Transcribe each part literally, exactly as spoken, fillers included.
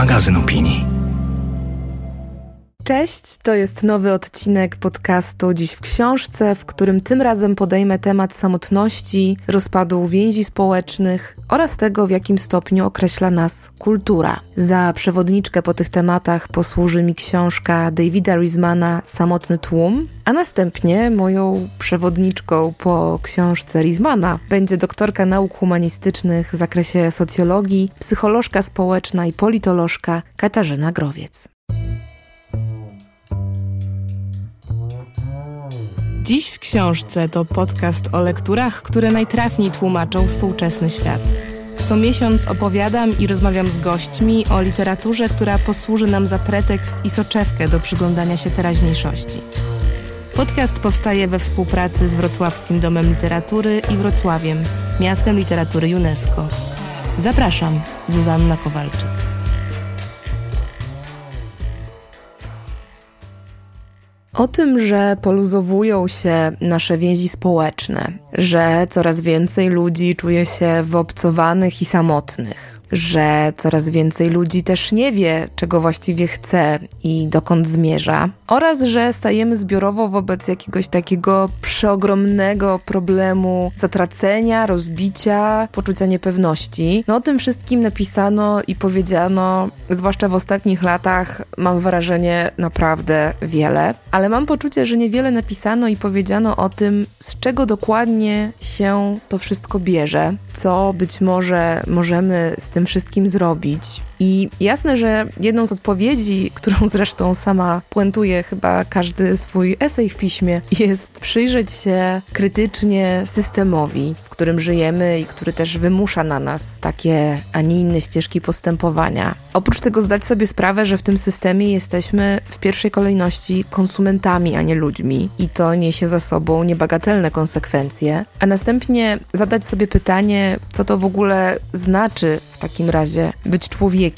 magazyn opinii. Cześć, to jest nowy odcinek podcastu Dziś w książce, w którym tym razem podejmę temat samotności, rozpadu więzi społecznych oraz tego, w jakim stopniu określa nas kultura. Za przewodniczkę po tych tematach posłuży mi książka Davida Riesmana Samotny tłum, a następnie moją przewodniczką po książce Riesmana będzie doktorka nauk humanistycznych w zakresie socjologii, psycholożka społeczna i politolożka Katarzyna Growiec. Dziś w książce to podcast o lekturach, które najtrafniej tłumaczą współczesny świat. Co miesiąc opowiadam i rozmawiam z gośćmi o literaturze, która posłuży nam za pretekst i soczewkę do przyglądania się teraźniejszości. Podcast powstaje we współpracy z Wrocławskim Domem Literatury i Wrocławiem, Miastem Literatury UNESCO. Zapraszam, Zuzanna Kowalczyk. O tym, że poluzowują się nasze więzi społeczne, że coraz więcej ludzi czuje się wyobcowanych i samotnych, że coraz więcej ludzi też nie wie, czego właściwie chce i dokąd zmierza, oraz że stajemy zbiorowo wobec jakiegoś takiego przeogromnego problemu zatracenia, rozbicia, poczucia niepewności. No o tym wszystkim napisano i powiedziano, zwłaszcza w ostatnich latach, mam wrażenie, naprawdę wiele, ale mam poczucie, że niewiele napisano i powiedziano o tym, z czego dokładnie się to wszystko bierze, co być może możemy z tym wszystkim zrobić. I jasne, że jedną z odpowiedzi, którą zresztą sama puentuje chyba każdy swój esej w piśmie, jest przyjrzeć się krytycznie systemowi, w którym żyjemy i który też wymusza na nas takie, a nie inne ścieżki postępowania. Oprócz tego zdać sobie sprawę, że w tym systemie jesteśmy w pierwszej kolejności konsumentami, a nie ludźmi i to niesie za sobą niebagatelne konsekwencje, a następnie zadać sobie pytanie, co to w ogóle znaczy w takim razie być człowiekiem,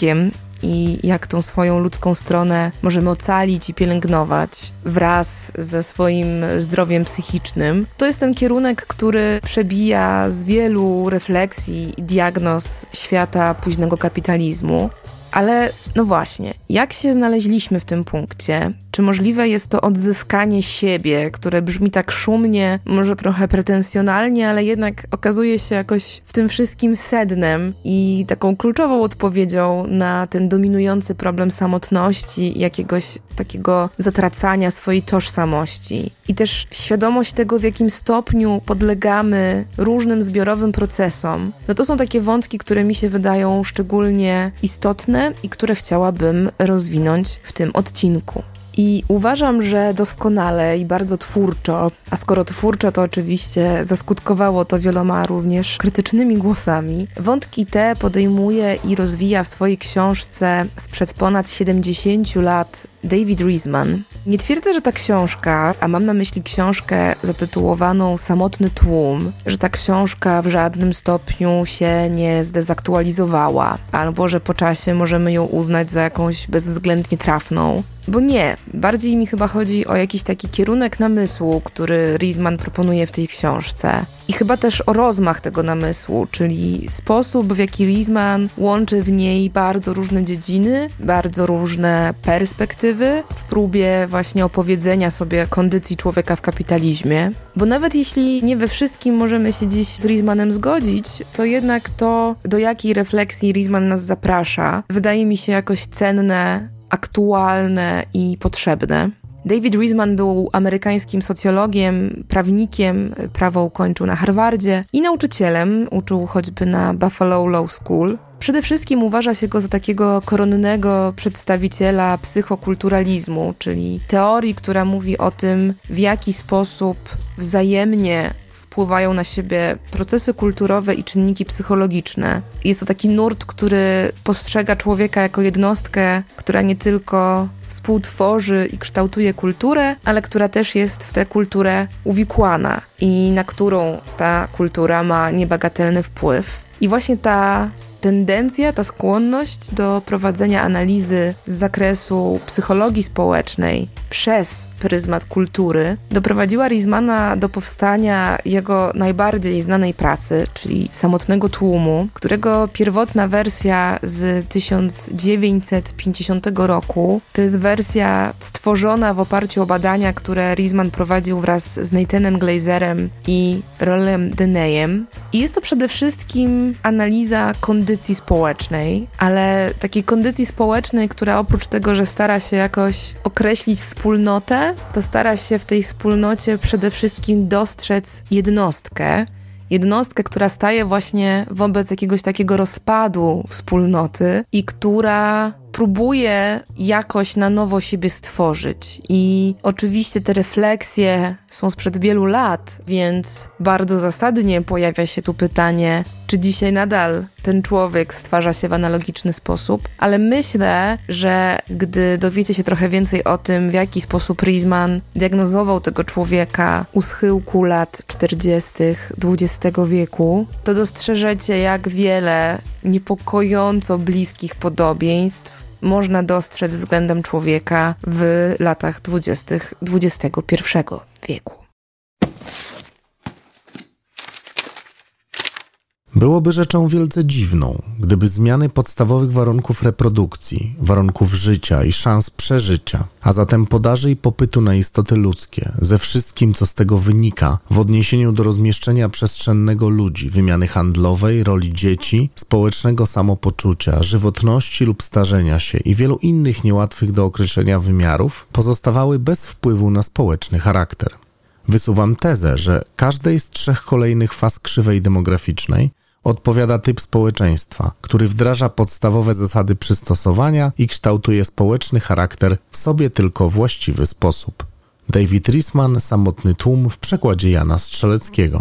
i jak tą swoją ludzką stronę możemy ocalić i pielęgnować wraz ze swoim zdrowiem psychicznym. To jest ten kierunek, który przebija z wielu refleksji i diagnoz świata późnego kapitalizmu. Ale no właśnie, jak się znaleźliśmy w tym punkcie? Czy możliwe jest to odzyskanie siebie, które brzmi tak szumnie, może trochę pretensjonalnie, ale jednak okazuje się jakoś w tym wszystkim sednem i taką kluczową odpowiedzią na ten dominujący problem samotności i jakiegoś takiego zatracania swojej tożsamości. I też świadomość tego, w jakim stopniu podlegamy różnym zbiorowym procesom. No to są takie wątki, które mi się wydają szczególnie istotne i które chciałabym rozwinąć w tym odcinku. I uważam, że doskonale i bardzo twórczo, a skoro twórczo, to oczywiście zaskutkowało to wieloma również krytycznymi głosami, wątki te podejmuje i rozwija w swojej książce sprzed ponad siedemdziesięciu lat David Riesman. Nie twierdzę, że ta książka, a mam na myśli książkę zatytułowaną Samotny tłum, że ta książka w żadnym stopniu się nie zdezaktualizowała, albo że po czasie możemy ją uznać za jakąś bezwzględnie trafną. Bo nie, bardziej mi chyba chodzi o jakiś taki kierunek namysłu, który Riesman proponuje w tej książce. I chyba też o rozmach tego namysłu, czyli sposób, w jaki Riesman łączy w niej bardzo różne dziedziny, bardzo różne perspektywy w próbie właśnie opowiedzenia sobie kondycji człowieka w kapitalizmie. Bo nawet jeśli nie we wszystkim możemy się dziś z Riesmanem zgodzić, to jednak to, do jakiej refleksji Riesman nas zaprasza, wydaje mi się jakoś cenne, aktualne i potrzebne. David Riesman był amerykańskim socjologiem, prawnikiem, prawo ukończył na Harvardzie i nauczycielem, uczył choćby na Buffalo Law School. Przede wszystkim uważa się go za takiego koronnego przedstawiciela psychokulturalizmu, czyli teorii, która mówi o tym, w jaki sposób wzajemnie wpływają na siebie procesy kulturowe i czynniki psychologiczne. Jest to taki nurt, który postrzega człowieka jako jednostkę, która nie tylko współtworzy i kształtuje kulturę, ale która też jest w tę kulturę uwikłana i na którą ta kultura ma niebagatelny wpływ. I właśnie ta tendencja, ta skłonność do prowadzenia analizy z zakresu psychologii społecznej przez pryzmat kultury, doprowadziła Riesmana do powstania jego najbardziej znanej pracy, czyli Samotnego tłumu, którego pierwotna wersja z tysiąc dziewięćset pięćdziesiątego roku to jest wersja stworzona w oparciu o badania, które Riesman prowadził wraz z Nathanem Glazerem i Rollem Deneyem. I jest to przede wszystkim analiza kondycji społecznej, ale takiej kondycji społecznej, która oprócz tego, że stara się jakoś określić wspólnotę, to stara się w tej wspólnocie przede wszystkim dostrzec jednostkę, jednostkę, która staje właśnie wobec jakiegoś takiego rozpadu wspólnoty i która próbuje jakoś na nowo siebie stworzyć. I oczywiście te refleksje są sprzed wielu lat, więc bardzo zasadnie pojawia się tu pytanie, czy dzisiaj nadal ten człowiek stwarza się w analogiczny sposób, ale myślę, że gdy dowiecie się trochę więcej o tym, w jaki sposób Riesman diagnozował tego człowieka u schyłku lat czterdziestych dwudziestego wieku, to dostrzeżecie, jak wiele niepokojąco bliskich podobieństw można dostrzec względem człowieka w latach dwudziestych dwudziestego pierwszego wieku. Byłoby rzeczą wielce dziwną, gdyby zmiany podstawowych warunków reprodukcji, warunków życia i szans przeżycia, a zatem podaży i popytu na istoty ludzkie, ze wszystkim, co z tego wynika, w odniesieniu do rozmieszczenia przestrzennego ludzi, wymiany handlowej, roli dzieci, społecznego samopoczucia, żywotności lub starzenia się i wielu innych niełatwych do określenia wymiarów, pozostawały bez wpływu na społeczny charakter. Wysuwam tezę, że każdej z trzech kolejnych faz krzywej demograficznej odpowiada typ społeczeństwa, który wdraża podstawowe zasady przystosowania i kształtuje społeczny charakter w sobie tylko właściwy sposób. David Riesman, Samotny tłum w przekładzie Jana Strzeleckiego.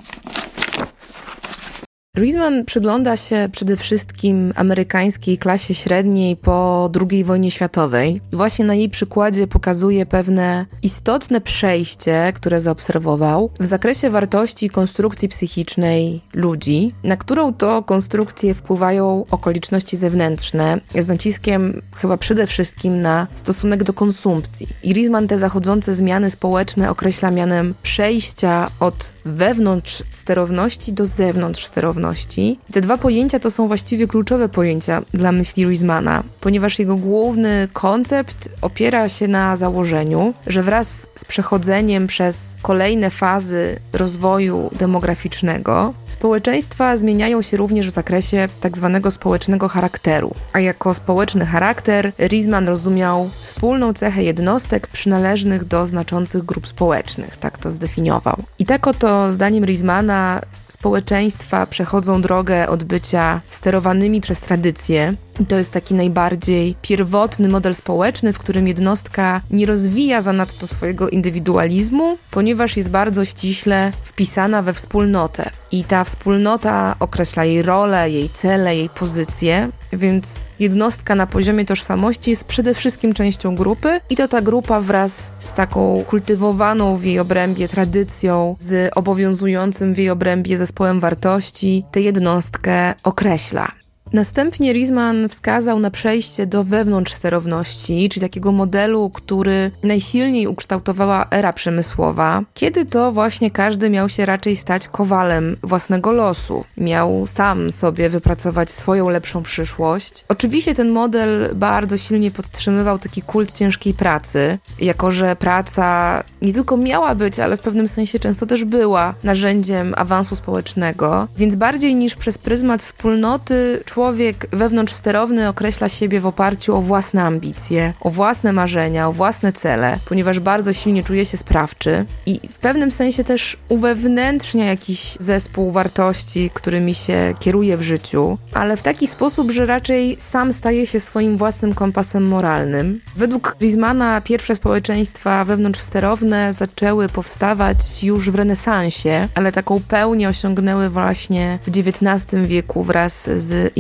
Riesman przygląda się przede wszystkim amerykańskiej klasie średniej po drugiej wojnie światowej i właśnie na jej przykładzie pokazuje pewne istotne przejście, które zaobserwował w zakresie wartości i konstrukcji psychicznej ludzi, na którą to konstrukcję wpływają okoliczności zewnętrzne, z naciskiem chyba przede wszystkim na stosunek do konsumpcji. I Riesman te zachodzące zmiany społeczne określa mianem przejścia od wewnątrz sterowności do zewnątrz sterowności. I te dwa pojęcia to są właściwie kluczowe pojęcia dla myśli Riesmana, ponieważ jego główny koncept opiera się na założeniu, że wraz z przechodzeniem przez kolejne fazy rozwoju demograficznego społeczeństwa zmieniają się również w zakresie tak zwanego społecznego charakteru. A jako społeczny charakter Riesman rozumiał wspólną cechę jednostek przynależnych do znaczących grup społecznych, tak to zdefiniował. I tak oto zdaniem Riesmana społeczeństwa przechodzą drogę od bycia sterowanymi przez tradycję. I to jest taki najbardziej pierwotny model społeczny, w którym jednostka nie rozwija zanadto swojego indywidualizmu, ponieważ jest bardzo ściśle wpisana we wspólnotę. I ta wspólnota określa jej rolę, jej cele, jej pozycję, więc jednostka na poziomie tożsamości jest przede wszystkim częścią grupy i to ta grupa wraz z taką kultywowaną w jej obrębie tradycją, z obowiązującym w jej obrębie zespołem wartości, tę jednostkę określa. Następnie Riesman wskazał na przejście do wewnątrz sterowności, czyli takiego modelu, który najsilniej ukształtowała era przemysłowa, kiedy to właśnie każdy miał się raczej stać kowalem własnego losu. Miał sam sobie wypracować swoją lepszą przyszłość. Oczywiście ten model bardzo silnie podtrzymywał taki kult ciężkiej pracy, jako że praca nie tylko miała być, ale w pewnym sensie często też była narzędziem awansu społecznego, więc bardziej niż przez pryzmat wspólnoty człowiek wewnątrzsterowny określa siebie w oparciu o własne ambicje, o własne marzenia, o własne cele, ponieważ bardzo silnie czuje się sprawczy i w pewnym sensie też uwewnętrznia jakiś zespół wartości, którymi się kieruje w życiu, ale w taki sposób, że raczej sam staje się swoim własnym kompasem moralnym. Według Riesmana pierwsze społeczeństwa wewnątrzsterowne zaczęły powstawać już w renesansie, ale taką pełnię osiągnęły właśnie w dziewiętnastym wieku wraz z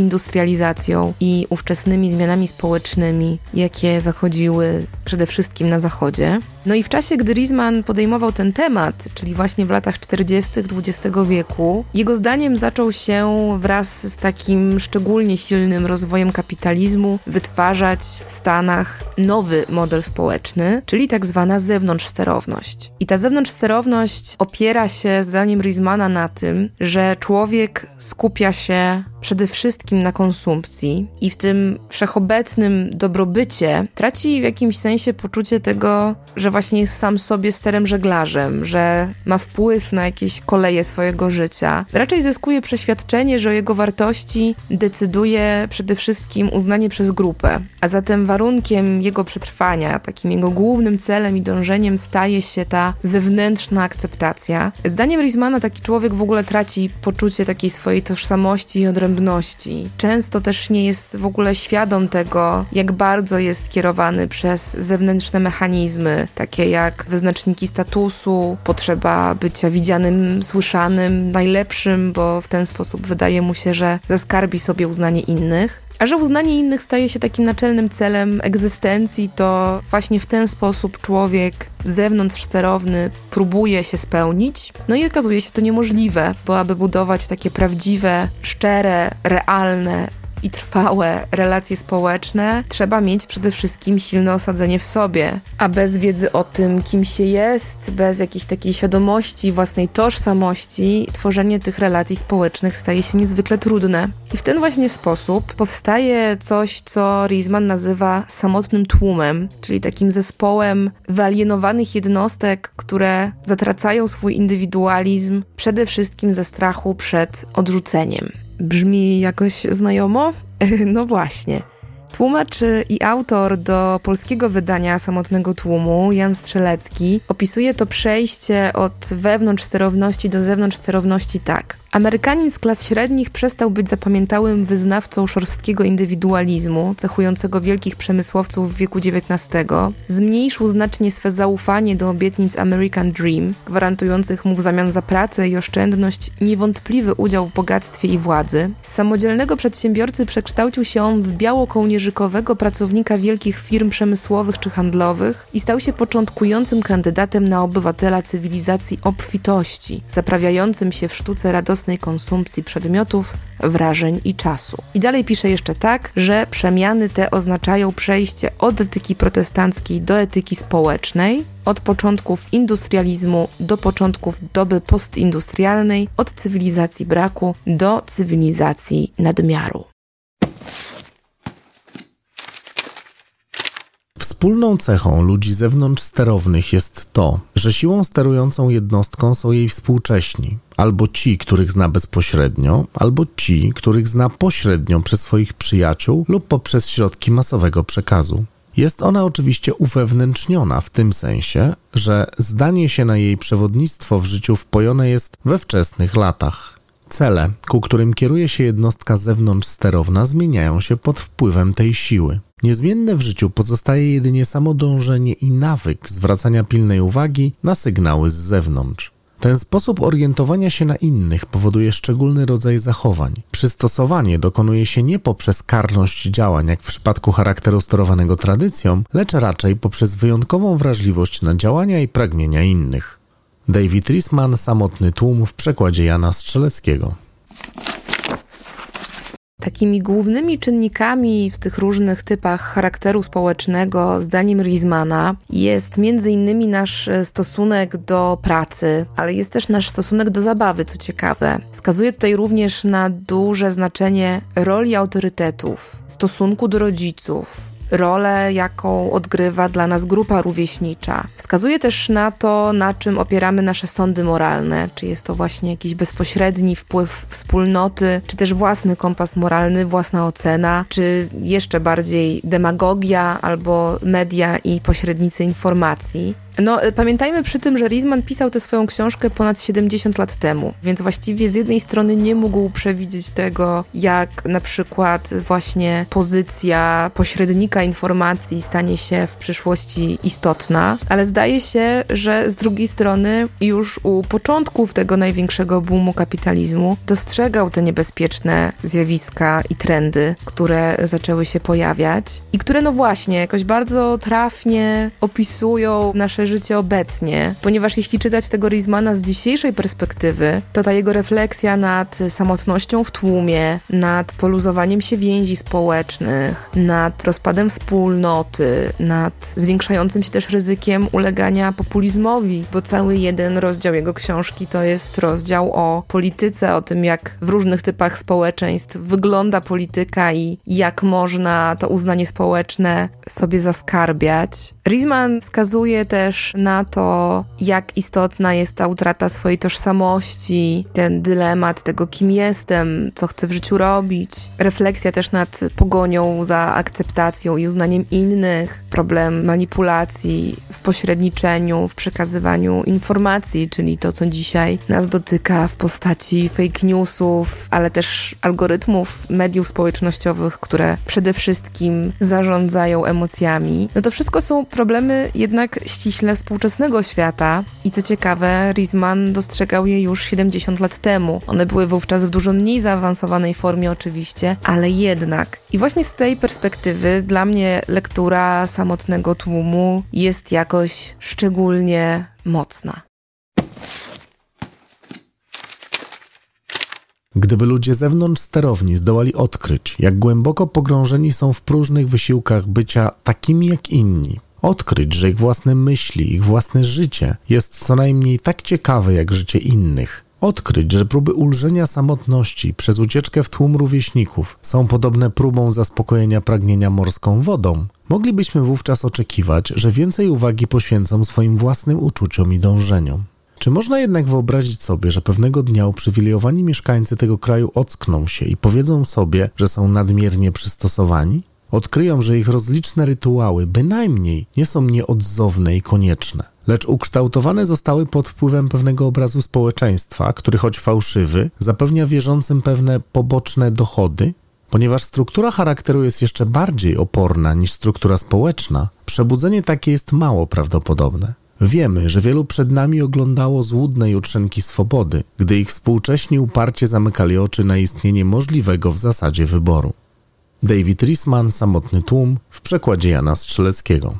industrializacją i ówczesnymi zmianami społecznymi, jakie zachodziły przede wszystkim na Zachodzie. No i w czasie, gdy Riesman podejmował ten temat, czyli właśnie w latach czterdziestych dwudziestego wieku, jego zdaniem zaczął się wraz z takim szczególnie silnym rozwojem kapitalizmu wytwarzać w Stanach nowy model społeczny, czyli tak zwana zewnątrzsterowność. I ta zewnątrzsterowność opiera się, zdaniem Riesmana, na tym, że człowiek skupia się przede wszystkim na konsumpcji i w tym wszechobecnym dobrobycie traci w jakimś sensie poczucie tego, że właśnie jest sam sobie sterem żeglarzem, że ma wpływ na jakieś koleje swojego życia. Raczej zyskuje przeświadczenie, że o jego wartości decyduje przede wszystkim uznanie przez grupę, a zatem warunkiem jego przetrwania, takim jego głównym celem i dążeniem staje się ta zewnętrzna akceptacja. Zdaniem Riesmana taki człowiek w ogóle traci poczucie takiej swojej tożsamości i odrębności. Często też nie jest w ogóle świadom tego, jak bardzo jest kierowany przez zewnętrzne mechanizmy, takie jak wyznaczniki statusu, potrzeba bycia widzianym, słyszanym, najlepszym, bo w ten sposób wydaje mu się, że zaskarbi sobie uznanie innych. A że uznanie innych staje się takim naczelnym celem egzystencji, to właśnie w ten sposób człowiek zewnątrzsterowny próbuje się spełnić. No i okazuje się to niemożliwe, bo aby budować takie prawdziwe, szczere, realne i trwałe relacje społeczne, trzeba mieć przede wszystkim silne osadzenie w sobie. A bez wiedzy o tym, kim się jest, bez jakiejś takiej świadomości własnej tożsamości, tworzenie tych relacji społecznych staje się niezwykle trudne. I w ten właśnie sposób powstaje coś, co Riesman nazywa samotnym tłumem, czyli takim zespołem wyalienowanych jednostek, które zatracają swój indywidualizm przede wszystkim ze strachu przed odrzuceniem. Brzmi jakoś znajomo? No właśnie. Tłumacz i autor do polskiego wydania Samotnego Tłumu, Jan Strzelecki, opisuje to przejście od wewnątrzsterowności do zewnątrzsterowności tak. Amerykanin z klas średnich przestał być zapamiętałym wyznawcą szorstkiego indywidualizmu, cechującego wielkich przemysłowców w wieku dziewiętnastego. Zmniejszył znacznie swe zaufanie do obietnic American Dream, gwarantujących mu w zamian za pracę i oszczędność niewątpliwy udział w bogactwie i władzy. Z samodzielnego przedsiębiorcy przekształcił się on w biało-kołnierzykowego pracownika wielkich firm przemysłowych czy handlowych i stał się początkującym kandydatem na obywatela cywilizacji obfitości, zaprawiającym się w sztuce radosnej konsumpcji przedmiotów, wrażeń i czasu. I dalej pisze jeszcze tak, że przemiany te oznaczają przejście od etyki protestanckiej do etyki społecznej, od początków industrializmu do początków doby postindustrialnej, od cywilizacji braku do cywilizacji nadmiaru. Wspólną cechą ludzi zewnątrzsterownych jest to, że siłą sterującą jednostką są jej współcześni, albo ci, których zna bezpośrednio, albo ci, których zna pośrednio przez swoich przyjaciół lub poprzez środki masowego przekazu. Jest ona oczywiście uwewnętrzniona w tym sensie, że zdanie się na jej przewodnictwo w życiu wpojone jest we wczesnych latach. Cele, ku którym kieruje się jednostka zewnątrzsterowna, zmieniają się pod wpływem tej siły. Niezmienne w życiu pozostaje jedynie samo dążenie i nawyk zwracania pilnej uwagi na sygnały z zewnątrz. Ten sposób orientowania się na innych powoduje szczególny rodzaj zachowań. Przystosowanie dokonuje się nie poprzez karność działań, jak w przypadku charakteru sterowanego tradycją, lecz raczej poprzez wyjątkową wrażliwość na działania i pragnienia innych. David Riesman, Samotny tłum w przekładzie Jana Strzeleckiego. Takimi głównymi czynnikami w tych różnych typach charakteru społecznego, zdaniem Riesmana, jest między innymi nasz stosunek do pracy, ale jest też nasz stosunek do zabawy, co ciekawe. Wskazuje tutaj również na duże znaczenie roli autorytetów, stosunku do rodziców, rolę, jaką odgrywa dla nas grupa rówieśnicza. Wskazuje też na to, na czym opieramy nasze sądy moralne, czy jest to właśnie jakiś bezpośredni wpływ wspólnoty, czy też własny kompas moralny, własna ocena, czy jeszcze bardziej demagogia albo media i pośrednicy informacji. No, pamiętajmy przy tym, że Riesman pisał tę swoją książkę ponad siedemdziesiąt lat temu, więc właściwie z jednej strony nie mógł przewidzieć tego, jak na przykład właśnie pozycja pośrednika informacji stanie się w przyszłości istotna, ale zdaje się, że z drugiej strony już u początków tego największego boomu kapitalizmu dostrzegał te niebezpieczne zjawiska i trendy, które zaczęły się pojawiać i które no właśnie jakoś bardzo trafnie opisują nasze życie obecnie, ponieważ jeśli czytać tego Riesmana z dzisiejszej perspektywy, to ta jego refleksja nad samotnością w tłumie, nad poluzowaniem się więzi społecznych, nad rozpadem wspólnoty, nad zwiększającym się też ryzykiem ulegania populizmowi, bo cały jeden rozdział jego książki to jest rozdział o polityce, o tym, jak w różnych typach społeczeństw wygląda polityka i jak można to uznanie społeczne sobie zaskarbiać. Riesman wskazuje też na to, jak istotna jest ta utrata swojej tożsamości, ten dylemat tego, kim jestem, co chcę w życiu robić. Refleksja też nad pogonią za akceptacją i uznaniem innych, problem manipulacji w pośredniczeniu, w przekazywaniu informacji, czyli to, co dzisiaj nas dotyka w postaci fake newsów, ale też algorytmów mediów społecznościowych, które przede wszystkim zarządzają emocjami. No to wszystko są problemy jednak ściśle współczesnego świata i co ciekawe, Riesman dostrzegał je już siedemdziesiąt lat temu. One były wówczas w dużo mniej zaawansowanej formie oczywiście, ale jednak. I właśnie z tej perspektywy dla mnie lektura Samotnego tłumu jest jakoś szczególnie mocna. Gdyby ludzie zewnątrz sterowni zdołali odkryć, jak głęboko pogrążeni są w próżnych wysiłkach bycia takimi jak inni, odkryć, że ich własne myśli, ich własne życie jest co najmniej tak ciekawe jak życie innych, odkryć, że próby ulżenia samotności przez ucieczkę w tłum rówieśników są podobne próbom zaspokojenia pragnienia morską wodą, moglibyśmy wówczas oczekiwać, że więcej uwagi poświęcą swoim własnym uczuciom i dążeniom. Czy można jednak wyobrazić sobie, że pewnego dnia uprzywilejowani mieszkańcy tego kraju ockną się i powiedzą sobie, że są nadmiernie przystosowani? Odkryją, że ich rozliczne rytuały bynajmniej nie są nieodzowne i konieczne, lecz ukształtowane zostały pod wpływem pewnego obrazu społeczeństwa, który choć fałszywy, zapewnia wierzącym pewne poboczne dochody? Ponieważ struktura charakteru jest jeszcze bardziej oporna niż struktura społeczna, przebudzenie takie jest mało prawdopodobne. Wiemy, że wielu przed nami oglądało złudne jutrzenki swobody, gdy ich współcześni uparcie zamykali oczy na istnienie możliwego w zasadzie wyboru. David Riesman, Samotny tłum, w przekładzie Jana Strzeleckiego.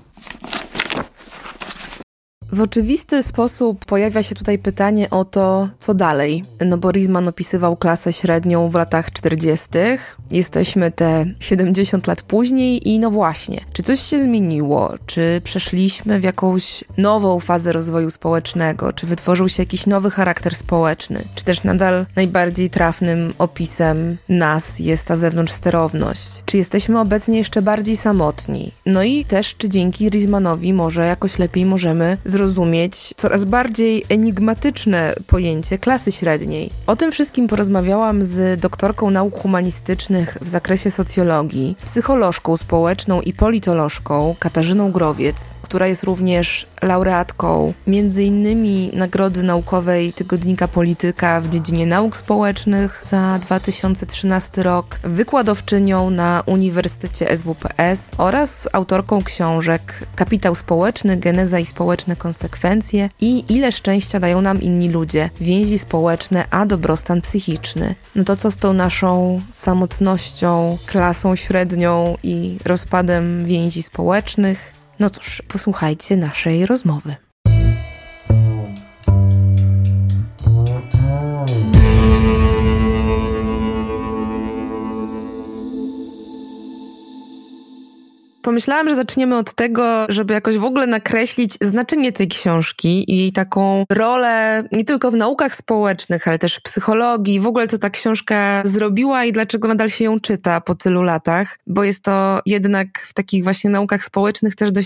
W oczywisty sposób pojawia się tutaj pytanie o to, co dalej. No bo Riesman opisywał klasę średnią w latach czterdziestych. Jesteśmy te siedemdziesiąt lat później i no właśnie, czy coś się zmieniło? Czy przeszliśmy w jakąś nową fazę rozwoju społecznego? Czy wytworzył się jakiś nowy charakter społeczny? Czy też nadal najbardziej trafnym opisem nas jest ta zewnątrzsterowność? Czy jesteśmy obecnie jeszcze bardziej samotni? No i też, czy dzięki Riesmanowi może jakoś lepiej możemy zrozumieć coraz bardziej enigmatyczne pojęcie klasy średniej. O tym wszystkim porozmawiałam z doktorką nauk humanistycznych w zakresie socjologii, psycholożką społeczną i politolożką Katarzyną Growiec, która jest również laureatką między innymi Nagrody Naukowej Tygodnika Polityka w dziedzinie nauk społecznych za dwa tysiące trzynasty rok, wykładowczynią na Uniwersytecie S W P S oraz autorką książek Kapitał Społeczny, Geneza i społeczne konsekwencje i Ile szczęścia dają nam inni ludzie, więzi społeczne a dobrostan psychiczny. No to co z tą naszą samotnością, klasą średnią i rozpadem więzi społecznych? No cóż, posłuchajcie naszej rozmowy. Pomyślałam, że zaczniemy od tego, żeby jakoś w ogóle nakreślić znaczenie tej książki i jej taką rolę nie tylko w naukach społecznych, ale też w psychologii, w ogóle co ta książka zrobiła i dlaczego nadal się ją czyta po tylu latach, bo jest to jednak w takich właśnie naukach społecznych też dość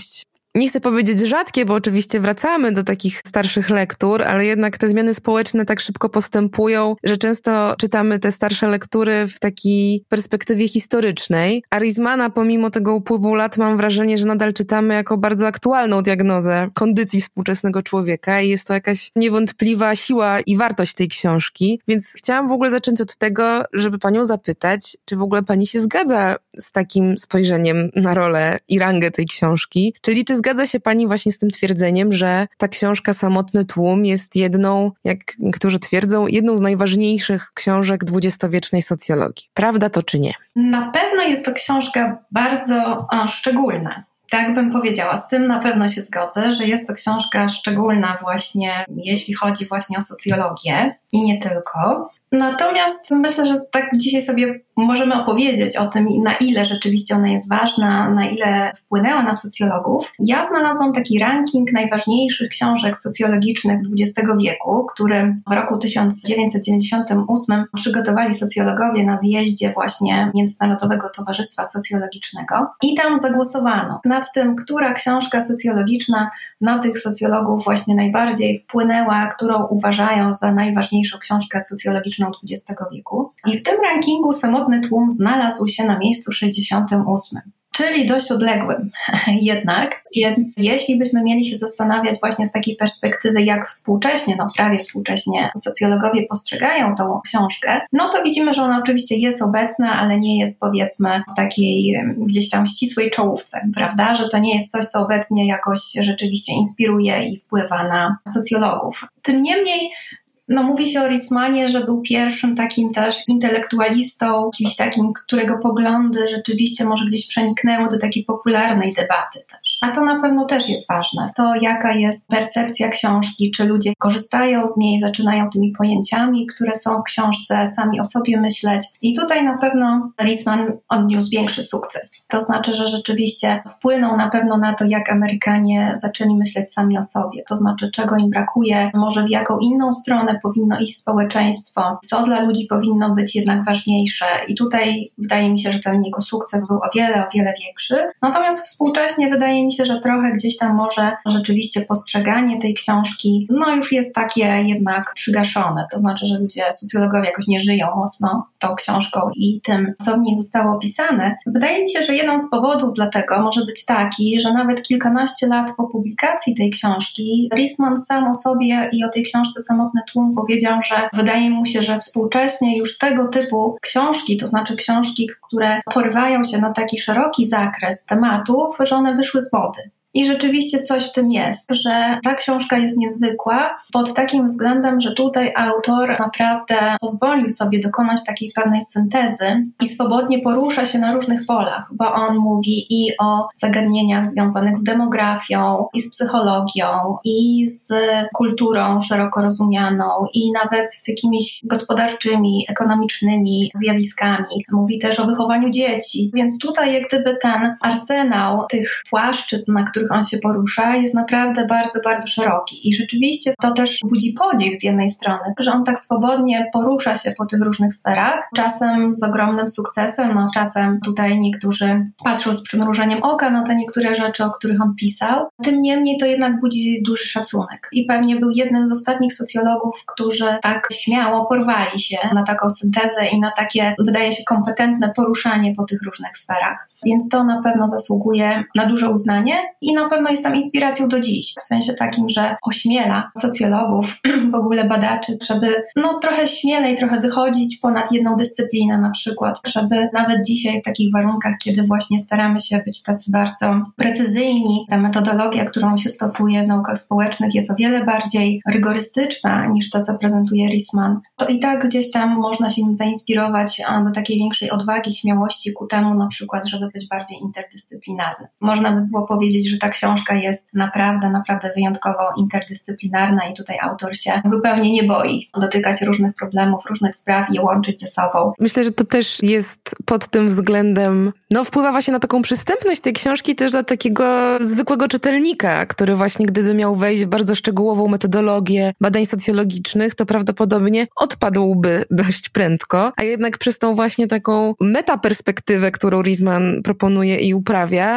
nie chcę powiedzieć rzadkie, bo oczywiście wracamy do takich starszych lektur, ale jednak te zmiany społeczne tak szybko postępują, że często czytamy te starsze lektury w takiej perspektywie historycznej. A Riesmana pomimo tego upływu lat mam wrażenie, że nadal czytamy jako bardzo aktualną diagnozę kondycji współczesnego człowieka i jest to jakaś niewątpliwa siła i wartość tej książki. Więc chciałam w ogóle zacząć od tego, żeby panią zapytać, czy w ogóle pani się zgadza z takim spojrzeniem na rolę i rangę tej książki, czyli czy zgadza się pani właśnie z tym twierdzeniem, że ta książka Samotny tłum jest jedną, jak niektórzy twierdzą, jedną z najważniejszych książek dwudziestowiecznej socjologii. Prawda to czy nie? Na pewno jest to książka bardzo o, szczególna. Tak bym powiedziała, z tym na pewno się zgodzę, że jest to książka szczególna właśnie, jeśli chodzi właśnie o socjologię i nie tylko. Natomiast myślę, że tak dzisiaj sobie możemy opowiedzieć o tym, na ile rzeczywiście ona jest ważna, na ile wpłynęła na socjologów. Ja znalazłam taki ranking najważniejszych książek socjologicznych dwudziestego wieku, który w roku tysiąc dziewięćset dziewięćdziesiątym ósmym przygotowali socjologowie na zjeździe właśnie Międzynarodowego Towarzystwa Socjologicznego. I tam zagłosowano nad tym, która książka socjologiczna na tych socjologów właśnie najbardziej wpłynęła, którą uważają za najważniejszą książkę socjologiczną dwudziestego wieku. I w tym rankingu Samotny tłum znalazł się na miejscu sześćdziesiątym ósmym. Czyli dość odległym jednak, więc jeśli byśmy mieli się zastanawiać właśnie z takiej perspektywy, jak współcześnie, no prawie współcześnie socjologowie postrzegają tą książkę, no to widzimy, że ona oczywiście jest obecna, ale nie jest powiedzmy w takiej gdzieś tam ścisłej czołówce, prawda, że to nie jest coś, co obecnie jakoś rzeczywiście inspiruje i wpływa na socjologów. Tym niemniej no mówi się o Riesmanie, że był pierwszym takim też intelektualistą, kimś takim, którego poglądy rzeczywiście może gdzieś przeniknęły do takiej popularnej debaty też. A to na pewno też jest ważne. To jaka jest percepcja książki, czy ludzie korzystają z niej, zaczynają tymi pojęciami, które są w książce, sami o sobie myśleć. I tutaj na pewno Riesman odniósł większy sukces. To znaczy, że rzeczywiście wpłynął na pewno na to, jak Amerykanie zaczęli myśleć sami o sobie. To znaczy, czego im brakuje, może w jaką inną stronę powinno iść społeczeństwo, co dla ludzi powinno być jednak ważniejsze. I tutaj wydaje mi się, że ten jego sukces był o wiele, o wiele większy. Natomiast współcześnie wydaje mi się, że trochę gdzieś tam może rzeczywiście postrzeganie tej książki no już jest takie jednak przygaszone. To znaczy, że ludzie, socjologowie jakoś nie żyją mocno tą książką i tym, co w niej zostało opisane. Wydaje mi się, że jeden z powodów dla tego może być taki, że nawet kilkanaście lat po publikacji tej książki Riesman sam o sobie i o tej książce Samotny tłum powiedział, że wydaje mu się, że współcześnie już tego typu książki, to znaczy książki, które porywają się na taki szeroki zakres tematów, że one wyszły z mody. I rzeczywiście coś w tym jest, że ta książka jest niezwykła pod takim względem, że tutaj autor naprawdę pozwolił sobie dokonać takiej pewnej syntezy i swobodnie porusza się na różnych polach, bo on mówi i o zagadnieniach związanych z demografią, i z psychologią, i z kulturą szeroko rozumianą, i nawet z jakimiś gospodarczymi, ekonomicznymi zjawiskami. Mówi też o wychowaniu dzieci, więc tutaj jak gdyby ten arsenał tych płaszczyzn, na których on się porusza, jest naprawdę bardzo, bardzo szeroki. I rzeczywiście to też budzi podziw z jednej strony, że on tak swobodnie porusza się po tych różnych sferach, czasem z ogromnym sukcesem, no czasem tutaj niektórzy patrzą z przymrużeniem oka na te niektóre rzeczy, o których on pisał. Tym niemniej to jednak budzi duży szacunek. I pewnie był jednym z ostatnich socjologów, którzy tak śmiało porwali się na taką syntezę i na takie, wydaje się, kompetentne poruszanie po tych różnych sferach. Więc to na pewno zasługuje na duże uznanie i na pewno jest tam inspiracją do dziś. W sensie takim, że ośmiela socjologów, w ogóle badaczy, żeby no trochę śmielej, trochę wychodzić ponad jedną dyscyplinę na przykład, żeby nawet dzisiaj w takich warunkach, kiedy właśnie staramy się być tacy bardzo precyzyjni, ta metodologia, którą się stosuje w naukach społecznych jest o wiele bardziej rygorystyczna niż to, co prezentuje Riesman, to i tak gdzieś tam można się nim zainspirować do takiej większej odwagi, śmiałości ku temu na przykład, żeby być bardziej interdyscyplinarny. Można by było powiedzieć, że ta książka jest naprawdę, naprawdę wyjątkowo interdyscyplinarna i tutaj autor się zupełnie nie boi dotykać różnych problemów, różnych spraw i je łączyć ze sobą. Myślę, że to też jest pod tym względem, no wpływa właśnie na taką przystępność tej książki też dla takiego zwykłego czytelnika, który właśnie gdyby miał wejść w bardzo szczegółową metodologię badań socjologicznych, to prawdopodobnie odpadłby dość prędko, a jednak przez tą właśnie taką metaperspektywę, którą Riesman proponuje i uprawia,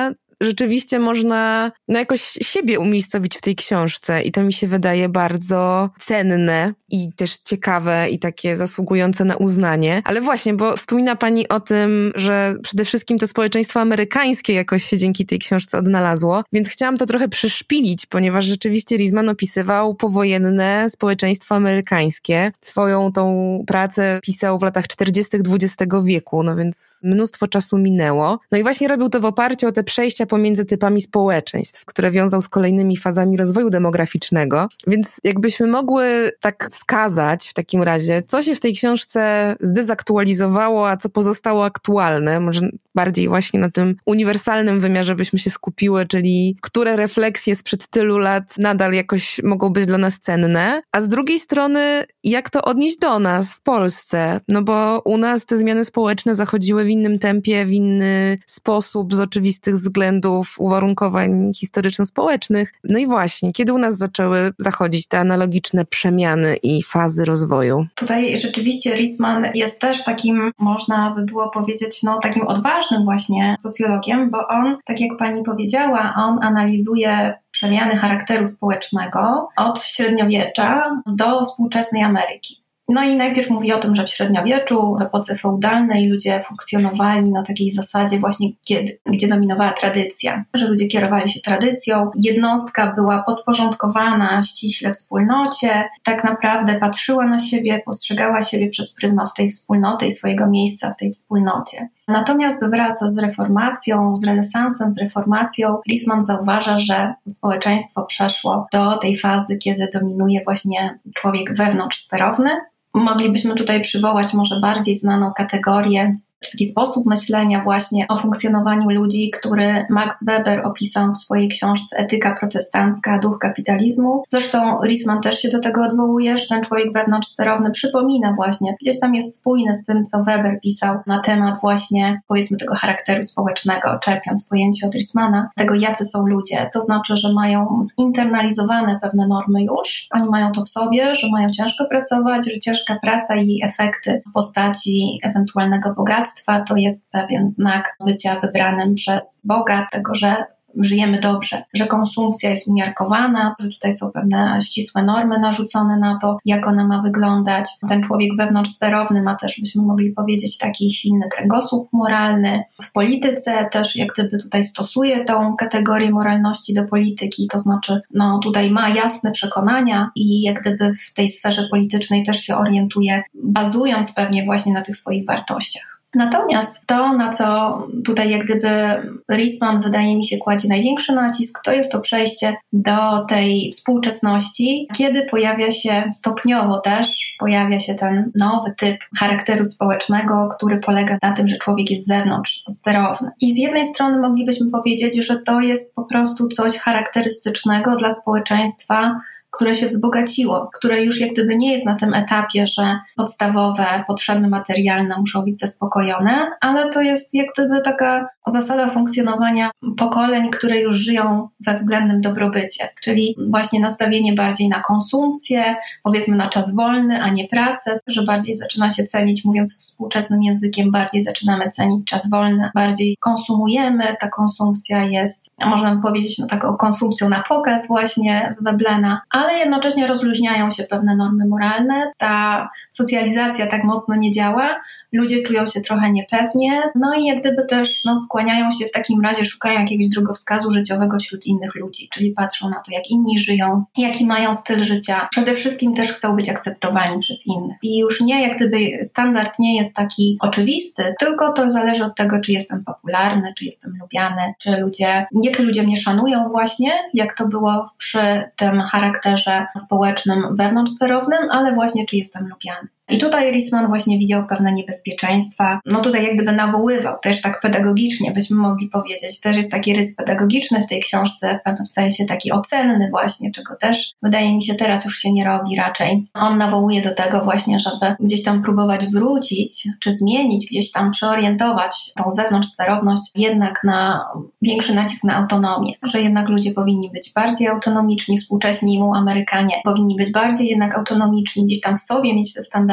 rzeczywiście można no jakoś siebie umiejscowić w tej książce i to mi się wydaje bardzo cenne i też ciekawe i takie zasługujące na uznanie. Ale właśnie, bo wspomina pani o tym, że przede wszystkim to społeczeństwo amerykańskie jakoś się dzięki tej książce odnalazło, więc chciałam to trochę przyszpilić, ponieważ rzeczywiście Riesman opisywał powojenne społeczeństwo amerykańskie. Swoją tą pracę pisał w latach czterdziestych dwudziestego wieku, no więc mnóstwo czasu minęło. No i właśnie robił to w oparciu o te przejścia pomiędzy typami społeczeństw, które wiązał z kolejnymi fazami rozwoju demograficznego. Więc jakbyśmy mogły tak wskazać w takim razie, co się w tej książce zdezaktualizowało, a co pozostało aktualne, może bardziej właśnie na tym uniwersalnym wymiarze byśmy się skupiły, czyli które refleksje sprzed tylu lat nadal jakoś mogą być dla nas cenne, a z drugiej strony jak to odnieść do nas w Polsce, no bo u nas te zmiany społeczne zachodziły w innym tempie, w inny sposób, z oczywistych względów, uwarunkowań historyczno-społecznych. No i właśnie, kiedy u nas zaczęły zachodzić te analogiczne przemiany i fazy rozwoju? Tutaj rzeczywiście Riesman jest też takim, można by było powiedzieć, no takim odważnym właśnie socjologiem, bo on, tak jak pani powiedziała, on analizuje przemiany charakteru społecznego od średniowiecza do współczesnej Ameryki. No i najpierw mówi o tym, że w średniowieczu, w epoce feudalnej ludzie funkcjonowali na takiej zasadzie właśnie, kiedy, gdzie dominowała tradycja, że ludzie kierowali się tradycją, jednostka była podporządkowana ściśle wspólnocie, tak naprawdę patrzyła na siebie, postrzegała siebie przez pryzmat tej wspólnoty i swojego miejsca w tej wspólnocie. Natomiast wraz z reformacją, z renesansem, z reformacją, Riesman zauważa, że społeczeństwo przeszło do tej fazy, kiedy dominuje właśnie człowiek wewnątrzsterowny. Moglibyśmy tutaj przywołać może bardziej znaną kategorię, czy taki sposób myślenia właśnie o funkcjonowaniu ludzi, który Max Weber opisał w swojej książce Etyka protestancka, duch kapitalizmu. Zresztą Riesman też się do tego odwołuje, że ten człowiek wewnątrzsterowny przypomina właśnie, gdzieś tam jest spójny z tym, co Weber pisał na temat właśnie, powiedzmy, tego charakteru społecznego, czerpiąc pojęcie od Riesmana, tego jacy są ludzie. To znaczy, że mają zinternalizowane pewne normy już, oni mają to w sobie, że mają ciężko pracować, że ciężka praca i jej efekty w postaci ewentualnego bogactwa to jest pewien znak bycia wybranym przez Boga, tego, że żyjemy dobrze, że konsumpcja jest umiarkowana, że tutaj są pewne ścisłe normy narzucone na to, jak ona ma wyglądać. Ten człowiek wewnątrzsterowny ma też, byśmy mogli powiedzieć, taki silny kręgosłup moralny. W polityce też jak gdyby tutaj stosuje tą kategorię moralności do polityki, to znaczy no tutaj ma jasne przekonania i jak gdyby w tej sferze politycznej też się orientuje, bazując pewnie właśnie na tych swoich wartościach. Natomiast to, na co tutaj jak gdyby Riesman, wydaje mi się, kładzie największy nacisk, to jest to przejście do tej współczesności, kiedy pojawia się stopniowo też, pojawia się ten nowy typ charakteru społecznego, który polega na tym, że człowiek jest z zewnątrz sterowny. I z jednej strony moglibyśmy powiedzieć, że to jest po prostu coś charakterystycznego dla społeczeństwa, które się wzbogaciło, które już jak gdyby nie jest na tym etapie, że podstawowe potrzeby materialne muszą być zaspokojone, ale to jest jak gdyby taka zasada funkcjonowania pokoleń, które już żyją we względnym dobrobycie, czyli właśnie nastawienie bardziej na konsumpcję, powiedzmy na czas wolny, a nie pracę, że bardziej zaczyna się cenić, mówiąc współczesnym językiem, bardziej zaczynamy cenić czas wolny, bardziej konsumujemy, ta konsumpcja jest, można by powiedzieć, no taką konsumpcją na pokaz właśnie z Veblen'a, ale jednocześnie rozluźniają się pewne normy moralne, ta socjalizacja tak mocno nie działa, ludzie czują się trochę niepewnie, no i jak gdyby też no, skłaniają się w takim razie, szukają jakiegoś drogowskazu życiowego wśród innych ludzi, czyli patrzą na to, jak inni żyją, jaki mają styl życia. Przede wszystkim też chcą być akceptowani przez innych. I już nie, jak gdyby standard nie jest taki oczywisty, tylko to zależy od tego, czy jestem popularny, czy jestem lubiany, czy ludzie, nie czy ludzie mnie szanują właśnie, jak to było przy tym charakterze społecznym wewnątrzsterownym, ale właśnie czy jestem lubiany. I tutaj Riesman właśnie widział pewne niebezpieczeństwa. No tutaj jak gdyby nawoływał, też tak pedagogicznie byśmy mogli powiedzieć. Też jest taki rys pedagogiczny w tej książce, w pewnym sensie taki ocenny właśnie, czego też wydaje mi się teraz już się nie robi raczej. On nawołuje do tego właśnie, żeby gdzieś tam próbować wrócić, czy zmienić, gdzieś tam przeorientować tą zewnątrzsterowność jednak na większy nacisk na autonomię, że jednak ludzie powinni być bardziej autonomiczni, współcześni mu Amerykanie powinni być bardziej jednak autonomiczni, gdzieś tam w sobie mieć te standardy,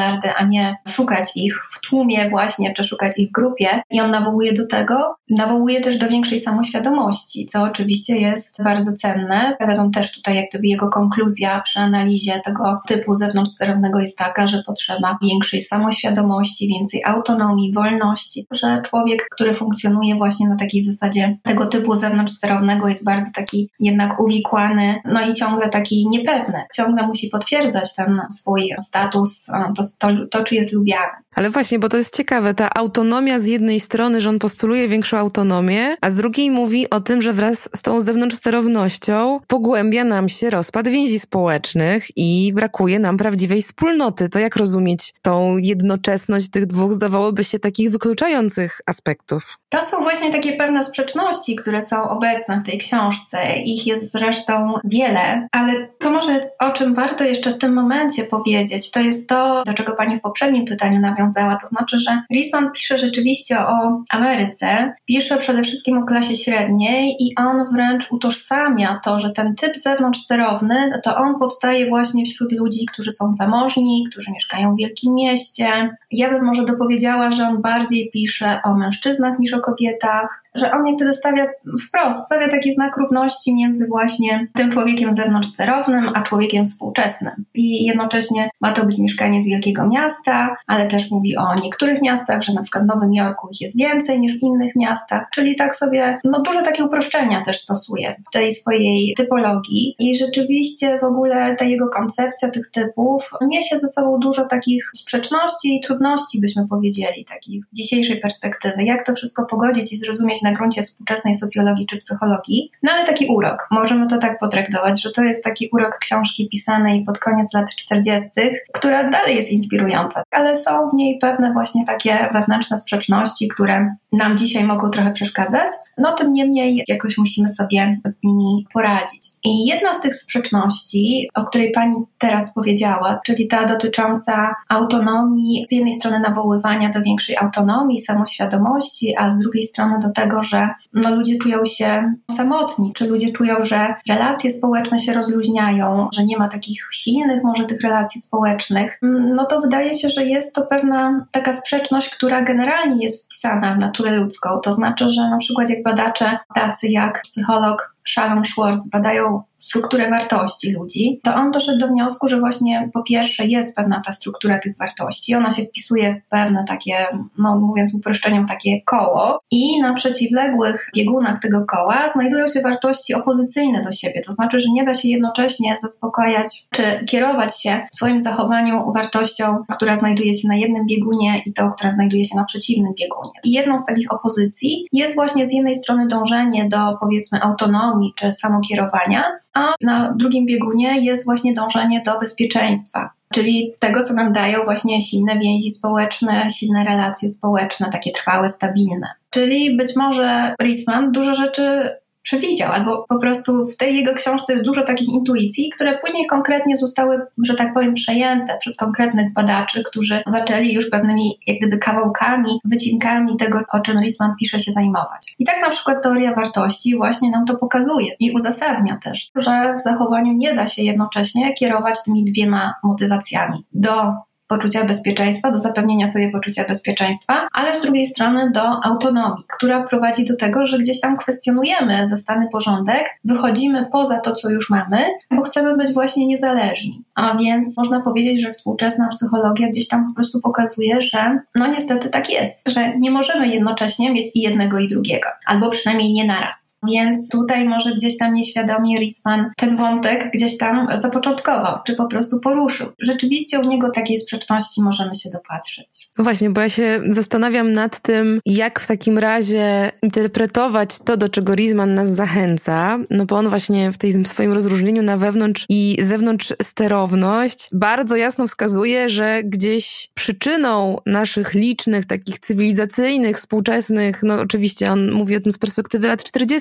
standardy, a nie szukać ich w tłumie właśnie, czy szukać ich w grupie. I on nawołuje do tego, nawołuje też do większej samoświadomości, co oczywiście jest bardzo cenne. Zresztą też tutaj jak gdyby jego konkluzja przy analizie tego typu zewnątrzsterownego jest taka, że potrzeba większej samoświadomości, więcej autonomii, wolności, że człowiek, który funkcjonuje właśnie na takiej zasadzie tego typu zewnątrzsterownego jest bardzo taki jednak uwikłany, no i ciągle taki niepewny. Ciągle musi potwierdzać ten swój status, to, to, to czy jest lubiany. Ale właśnie, bo to jest ciekawe, ta autonomia z jednej strony, że on postuluje większą autonomię, a z drugiej mówi o tym, że wraz z tą zewnątrzsterownością pogłębia nam się rozpad więzi społecznych i brakuje nam prawdziwej wspólnoty. To jak rozumieć tą jednoczesność tych dwóch, zdawałoby się, takich wykluczających aspektów? To są właśnie takie pewne sprzeczności, które są obecne w tej książce. Ich jest zresztą wiele, ale to może o czym warto jeszcze w tym momencie powiedzieć, to jest to, do czego Pani w poprzednim pytaniu nawiązała, to znaczy, że Riesman pisze rzeczywiście o Ameryce, pisze przede wszystkim o klasie średniej i on wręcz utożsamia to, że ten typ zewnątrzsterowny, to on powstaje właśnie wśród ludzi, którzy są zamożni, którzy mieszkają w wielkim mieście. Ja bym może dopowiedziała, że on bardziej pisze o mężczyznach niż o kobietach, że on niektóry stawia wprost, stawia taki znak równości między właśnie tym człowiekiem zewnątrzsterownym, a człowiekiem współczesnym. I jednocześnie ma to być mieszkaniec wielkiego miasta, ale też mówi o niektórych miastach, że na przykład w Nowym Jorku ich jest więcej niż w innych miastach, czyli tak sobie, no duże takie uproszczenia też stosuje w tej swojej typologii i rzeczywiście w ogóle ta jego koncepcja tych typów niesie ze sobą dużo takich sprzeczności i trudności, byśmy powiedzieli, takich z dzisiejszej perspektywy, jak to wszystko pogodzić i zrozumieć na gruncie współczesnej socjologii czy psychologii. No ale taki urok, możemy to tak potraktować, że to jest taki urok książki pisanej pod koniec lat czterdziestych, która dalej jest inspirująca, ale są w niej pewne właśnie takie wewnętrzne sprzeczności, które nam dzisiaj mogą trochę przeszkadzać, no tym niemniej jakoś musimy sobie z nimi poradzić. I jedna z tych sprzeczności, o której Pani teraz powiedziała, czyli ta dotycząca autonomii, z jednej strony nawoływania do większej autonomii, samoświadomości, a z drugiej strony do tego, że no, ludzie czują się samotni, czy ludzie czują, że relacje społeczne się rozluźniają, że nie ma takich silnych może tych relacji społecznych, no to wydaje się, że jest to pewna taka sprzeczność, która generalnie jest wpisana w naturę ludzką. To znaczy, że na przykład jak badacze tacy jak psycholog Shalom Schwartz badają strukturę wartości ludzi, to on doszedł do wniosku, że właśnie po pierwsze jest pewna ta struktura tych wartości, ona się wpisuje w pewne takie, no mówiąc uproszczeniem, takie koło i na przeciwległych biegunach tego koła znajdują się wartości opozycyjne do siebie, to znaczy, że nie da się jednocześnie zaspokajać czy kierować się w swoim zachowaniu wartością, która znajduje się na jednym biegunie i tą, która znajduje się na przeciwnym biegunie. I jedną z takich opozycji jest właśnie z jednej strony dążenie do, powiedzmy, autonomii czy samokierowania, a na drugim biegunie jest właśnie dążenie do bezpieczeństwa, czyli tego, co nam dają właśnie silne więzi społeczne, silne relacje społeczne, takie trwałe, stabilne. Czyli być może Riesman dużo rzeczy przewidział, albo po prostu w tej jego książce jest dużo takich intuicji, które później konkretnie zostały, że tak powiem, przejęte przez konkretnych badaczy, którzy zaczęli już pewnymi jak gdyby kawałkami, wycinkami tego, o czym Riesman pisze, się zajmować. I tak na przykład teoria wartości właśnie nam to pokazuje i uzasadnia też, że w zachowaniu nie da się jednocześnie kierować tymi dwiema motywacjami do poczucia bezpieczeństwa, do zapewnienia sobie poczucia bezpieczeństwa, ale z drugiej strony do autonomii, która prowadzi do tego, że gdzieś tam kwestionujemy zastany porządek, wychodzimy poza to, co już mamy, bo chcemy być właśnie niezależni. A więc można powiedzieć, że współczesna psychologia gdzieś tam po prostu pokazuje, że no niestety tak jest, że nie możemy jednocześnie mieć i jednego i drugiego, albo przynajmniej nie naraz. Więc tutaj może gdzieś tam nieświadomie Riesman ten wątek gdzieś tam zapoczątkował, czy po prostu poruszył. Rzeczywiście u niego takiej sprzeczności możemy się dopatrzyć. No właśnie, bo ja się zastanawiam nad tym, jak w takim razie interpretować to, do czego Riesman nas zachęca, no bo on właśnie w tym swoim rozróżnieniu na wewnątrz i zewnątrz sterowność bardzo jasno wskazuje, że gdzieś przyczyną naszych licznych, takich cywilizacyjnych, współczesnych, no oczywiście on mówi o tym z perspektywy lat czterdziestych,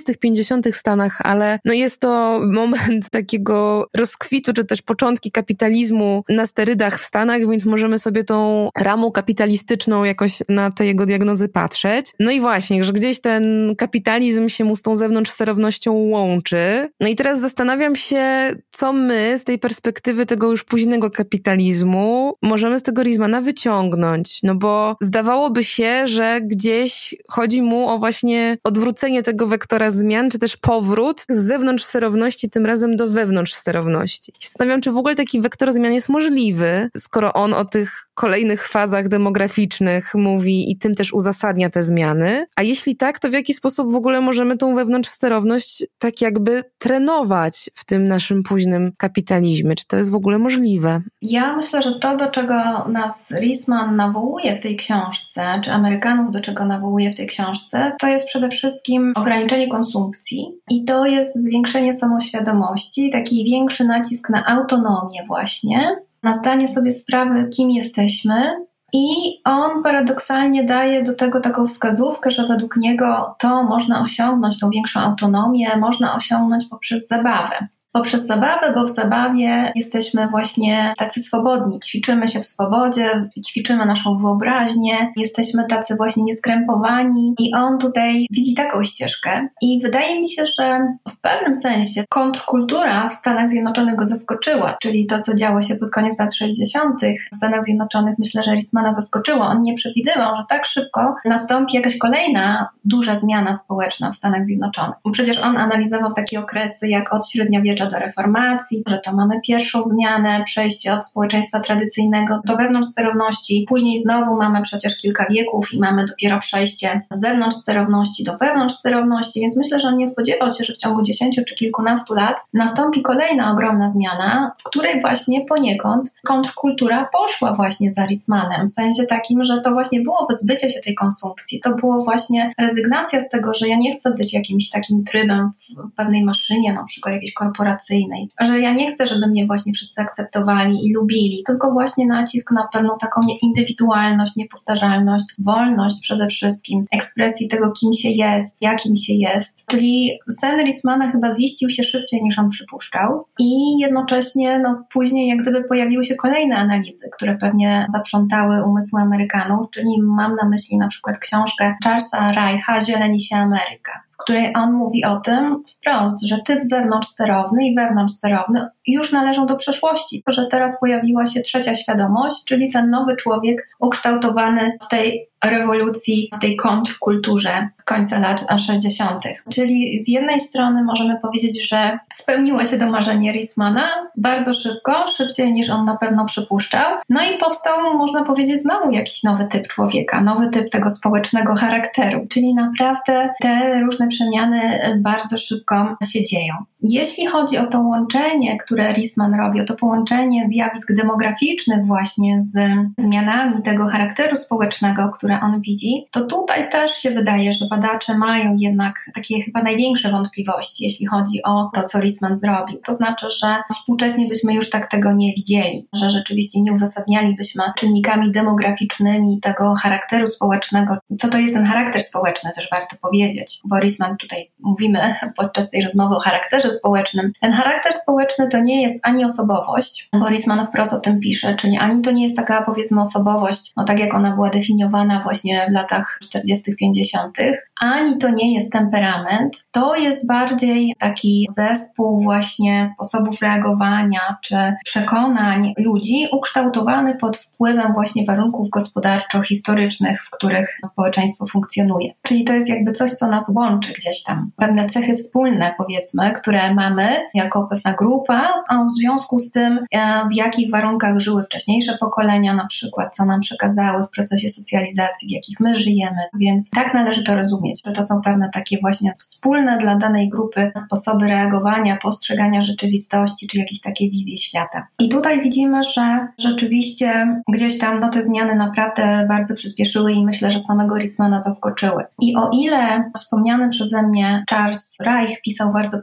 czterdziestych, pięćdziesiątych w Stanach, ale no jest to moment takiego rozkwitu, czy też początki kapitalizmu na sterydach w Stanach, więc możemy sobie tą ramą kapitalistyczną jakoś na te jego diagnozy patrzeć. No i właśnie, że gdzieś ten kapitalizm się mu z tą zewnątrzsterownością łączy. No i teraz zastanawiam się, co my z tej perspektywy tego już późnego kapitalizmu możemy z tego Riesmana wyciągnąć. No bo zdawałoby się, że gdzieś chodzi mu o właśnie odwrócenie tego wektora zmian, czy też powrót z zewnątrz sterowności tym razem do wewnątrz sterowności. Zastanawiam, czy w ogóle taki wektor zmian jest możliwy, skoro on o tych kolejnych fazach demograficznych mówi i tym też uzasadnia te zmiany. A jeśli tak, to w jaki sposób w ogóle możemy tą wewnątrz sterowność tak jakby trenować w tym naszym późnym kapitalizmie? Czy to jest w ogóle możliwe? Ja myślę, że to, do czego nas Riesman nawołuje w tej książce, czy Amerykanów do czego nawołuje w tej książce, to jest przede wszystkim ograniczenie konsumpcji i to jest zwiększenie samoświadomości, taki większy nacisk na autonomię właśnie, na zdanie sobie sprawy, kim jesteśmy. I on paradoksalnie daje do tego taką wskazówkę, że według niego to można osiągnąć, tą większą autonomię można osiągnąć poprzez zabawę. Poprzez zabawę, bo w zabawie jesteśmy właśnie tacy swobodni, ćwiczymy się w swobodzie, ćwiczymy naszą wyobraźnię, jesteśmy tacy właśnie nieskrępowani i on tutaj widzi taką ścieżkę i wydaje mi się, że w pewnym sensie kontrkultura w Stanach Zjednoczonych go zaskoczyła, czyli to, co działo się pod koniec lat sześćdziesiątych w Stanach Zjednoczonych, myślę, że Riesmana zaskoczyło. On nie przewidywał, że tak szybko nastąpi jakaś kolejna duża zmiana społeczna w Stanach Zjednoczonych. Przecież on analizował takie okresy jak od średniowiecza do reformacji, że to mamy pierwszą zmianę, przejście od społeczeństwa tradycyjnego do wewnątrzsterowności. Później znowu mamy przecież kilka wieków i mamy dopiero przejście z zewnątrzsterowności do wewnątrzsterowności, więc myślę, że on nie spodziewał się, że w ciągu dziesięciu czy kilkunastu lat nastąpi kolejna ogromna zmiana, w której właśnie poniekąd kontrkultura poszła właśnie za Riesmanem, w sensie takim, że to właśnie było wyzbycie się tej konsumpcji, to było właśnie rezygnacja z tego, że ja nie chcę być jakimś takim trybem w pewnej maszynie, na przykład jakiejś korporacyjnej, że ja nie chcę, żeby mnie właśnie wszyscy akceptowali i lubili, tylko właśnie nacisk na pewną taką indywidualność, niepowtarzalność, wolność przede wszystkim, ekspresji tego, kim się jest, jakim się jest. Czyli sen Riesmana chyba ziścił się szybciej niż on przypuszczał i jednocześnie no, później jak gdyby pojawiły się kolejne analizy, które pewnie zaprzątały umysły Amerykanów, czyli mam na myśli na przykład książkę Charlesa Reicha Zieleni się Ameryka, w której on mówi o tym wprost, że typ zewnątrzsterowny i wewnątrzsterowny już należą do przeszłości, że teraz pojawiła się trzecia świadomość, czyli ten nowy człowiek ukształtowany w tej rewolucji, w tej kontrkulturze końca lat sześćdziesiątych. Czyli z jednej strony możemy powiedzieć, że spełniło się to marzenie Riesmana bardzo szybko, szybciej niż on na pewno przypuszczał. No i powstał, można powiedzieć, znowu jakiś nowy typ człowieka, nowy typ tego społecznego charakteru. Czyli naprawdę te różne przemiany bardzo szybko się dzieją. Jeśli chodzi o to łączenie, które Riesman robi, o to połączenie zjawisk demograficznych właśnie z zmianami tego charakteru społecznego, które on widzi, to tutaj też się wydaje, że badacze mają jednak takie chyba największe wątpliwości, jeśli chodzi o to, co Riesman zrobił. To znaczy, że współcześnie byśmy już tak tego nie widzieli, że rzeczywiście nie uzasadnialibyśmy czynnikami demograficznymi tego charakteru społecznego. Co to jest ten charakter społeczny, też warto powiedzieć, bo Riesman tutaj mówimy podczas tej rozmowy o charakterze społecznym. Ten charakter społeczny to nie jest ani osobowość, bo Riesman wprost o tym pisze, czyli ani to nie jest taka, powiedzmy, osobowość, no tak jak ona była definiowana właśnie w latach czterdziestych, pięćdziesiątych, ani to nie jest temperament, to jest bardziej taki zespół właśnie sposobów reagowania czy przekonań ludzi ukształtowany pod wpływem właśnie warunków gospodarczo-historycznych, w których społeczeństwo funkcjonuje. Czyli to jest jakby coś, co nas łączy gdzieś tam. Pewne cechy wspólne, powiedzmy, które mamy jako pewna grupa, a w związku z tym, w jakich warunkach żyły wcześniejsze pokolenia, na przykład, co nam przekazały w procesie socjalizacji, w jakich my żyjemy. Więc tak należy to rozumieć, że to są pewne takie właśnie wspólne dla danej grupy sposoby reagowania, postrzegania rzeczywistości, czy jakieś takie wizje świata. I tutaj widzimy, że rzeczywiście gdzieś tam no, te zmiany naprawdę bardzo przyspieszyły i myślę, że samego Riesmana zaskoczyły. I o ile wspomniany przeze mnie Charles Reich pisał bardzo pozytywnie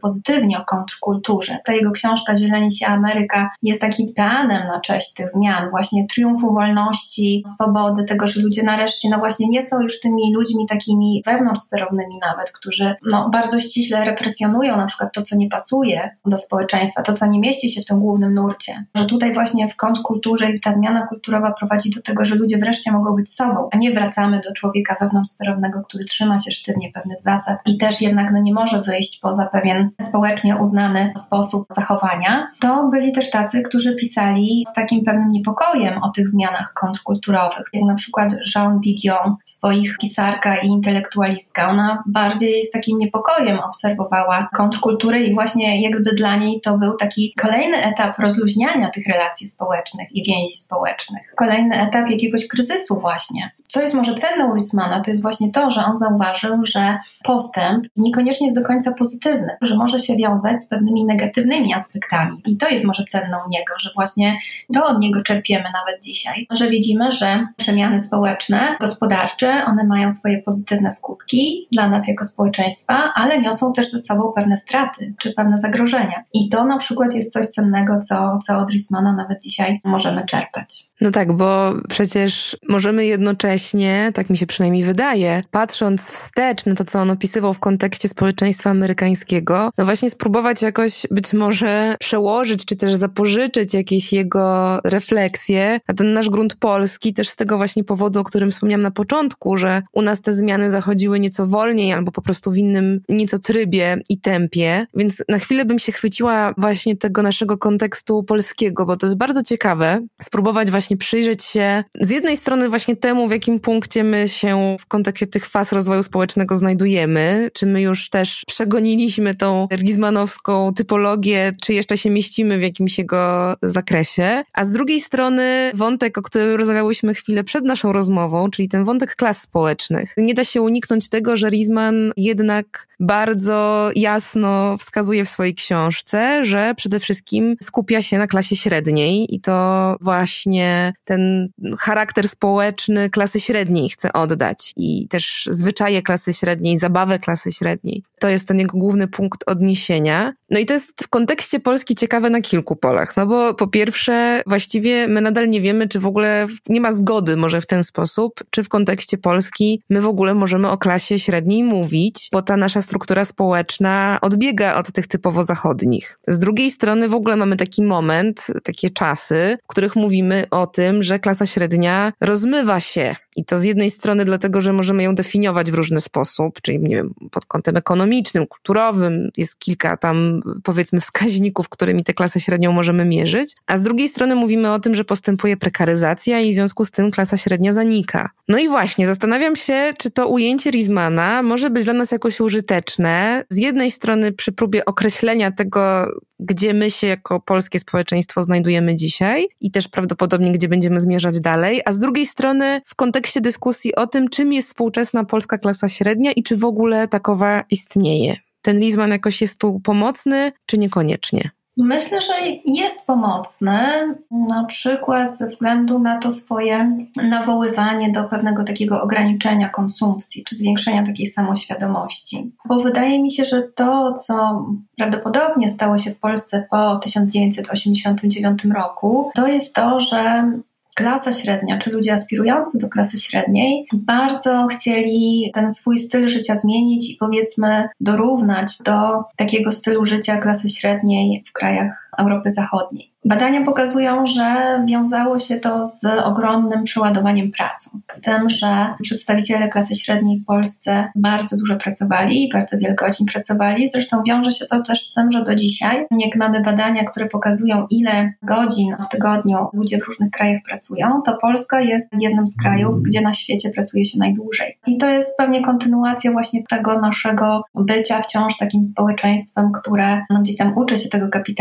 pozytywnie o kontrkulturze. Ta jego książka Zieleni się Ameryka jest takim peanem na cześć tych zmian, właśnie triumfu wolności, swobody, tego, że ludzie nareszcie no właśnie nie są już tymi ludźmi takimi wewnątrzsterownymi nawet, którzy no bardzo ściśle represjonują na przykład to, co nie pasuje do społeczeństwa, to, co nie mieści się w tym głównym nurcie. Że tutaj właśnie w kontrkulturze i ta zmiana kulturowa prowadzi do tego, że ludzie wreszcie mogą być sobą, a nie wracamy do człowieka wewnątrzsterownego, który trzyma się sztywnie pewnych zasad i też jednak no, nie może wyjść poza pewien społecznie uznany sposób zachowania. To byli też tacy, którzy pisali z takim pewnym niepokojem o tych zmianach kontrkulturowych, jak na przykład Jean Didion, swoich pisarka i intelektualistka. Ona bardziej z takim niepokojem obserwowała kontrkulturę i właśnie jakby dla niej to był taki kolejny etap rozluźniania tych relacji społecznych i więzi społecznych. Kolejny etap jakiegoś kryzysu właśnie. Co jest może cenne u Riesmana, to jest właśnie to, że on zauważył, że postęp niekoniecznie jest do końca pozytywny, że może się wiązać z pewnymi negatywnymi aspektami. I to jest może cenne u niego, że właśnie to od niego czerpiemy nawet dzisiaj, że widzimy, że przemiany społeczne, gospodarcze, one mają swoje pozytywne skutki dla nas jako społeczeństwa, ale niosą też ze sobą pewne straty czy pewne zagrożenia. I to na przykład jest coś cennego, co, co od Riesmana nawet dzisiaj możemy czerpać. No tak, bo przecież możemy jednocześnie, tak mi się przynajmniej wydaje, patrząc wstecz na to, co on opisywał w kontekście społeczeństwa amerykańskiego, no właśnie spróbować jakoś być może przełożyć, czy też zapożyczyć jakieś jego refleksje na ten nasz grunt polski, też z tego właśnie powodu, o którym wspomniałam na początku, że u nas te zmiany zachodziły nieco wolniej albo po prostu w innym nieco trybie i tempie, więc na chwilę bym się chwyciła właśnie tego naszego kontekstu polskiego, bo to jest bardzo ciekawe, spróbować właśnie przyjrzeć się z jednej strony właśnie temu, w jakim punkcie my się w kontekście tych faz rozwoju społecznego znajdujemy, czy my już też przegoniliśmy tą riesmanowską typologię, czy jeszcze się mieścimy w jakimś jego zakresie, a z drugiej strony wątek, o którym rozmawiałyśmy chwilę przed naszą rozmową, czyli ten wątek klas społecznych. Nie da się uniknąć tego, że Riesman jednak bardzo jasno wskazuje w swojej książce, że przede wszystkim skupia się na klasie średniej i to właśnie ten charakter społeczny klasy średniej chce oddać i też zwyczaje klasy średniej, zabawę klasy średniej. To jest ten jego główny punkt odniesienia. No i to jest w kontekście Polski ciekawe na kilku polach, no bo po pierwsze właściwie my nadal nie wiemy, czy w ogóle nie ma zgody może w ten sposób, czy w kontekście Polski my w ogóle możemy o klasie średniej mówić, bo ta nasza struktura społeczna odbiega od tych typowo zachodnich. Z drugiej strony w ogóle mamy taki moment, takie czasy, w których mówimy o tym, że klasa średnia rozmywa się. I to z jednej strony dlatego, że możemy ją definiować w różny sposób, czyli nie wiem, pod kątem ekonomicznym, kulturowym, jest kilka tam powiedzmy wskaźników, którymi tę klasę średnią możemy mierzyć, a z drugiej strony mówimy o tym, że postępuje prekaryzacja i w związku z tym klasa średnia zanika. No i właśnie, zastanawiam się, czy to ujęcie Riesmana może być dla nas jakoś użyteczne, z jednej strony przy próbie określenia tego, gdzie my się jako polskie społeczeństwo znajdujemy dzisiaj i też prawdopodobnie gdzie będziemy zmierzać dalej, a z drugiej strony w kontekście dyskusji o tym, czym jest współczesna polska klasa średnia i czy w ogóle takowa istnieje. Ten Riesman jakoś jest tu pomocny, czy niekoniecznie? Myślę, że jest pomocny, na przykład ze względu na to swoje nawoływanie do pewnego takiego ograniczenia konsumpcji, czy zwiększenia takiej samoświadomości. Bo wydaje mi się, że to, co prawdopodobnie stało się w Polsce po tysiąc dziewięćset osiemdziesiątym dziewiątym roku, to jest to, że klasa średnia, czy ludzie aspirujący do klasy średniej bardzo chcieli ten swój styl życia zmienić i powiedzmy dorównać do takiego stylu życia klasy średniej w krajach Europy Zachodniej. Badania pokazują, że wiązało się to z ogromnym przeładowaniem pracą. Z tym, że przedstawiciele klasy średniej w Polsce bardzo dużo pracowali, bardzo wiele godzin pracowali. Zresztą wiąże się to też z tym, że do dzisiaj, jak mamy badania, które pokazują, ile godzin w tygodniu ludzie w różnych krajach pracują, to Polska jest jednym z krajów, gdzie na świecie pracuje się najdłużej. I to jest pewnie kontynuacja właśnie tego naszego bycia wciąż takim społeczeństwem, które no, gdzieś tam uczy się tego kapitalizmu,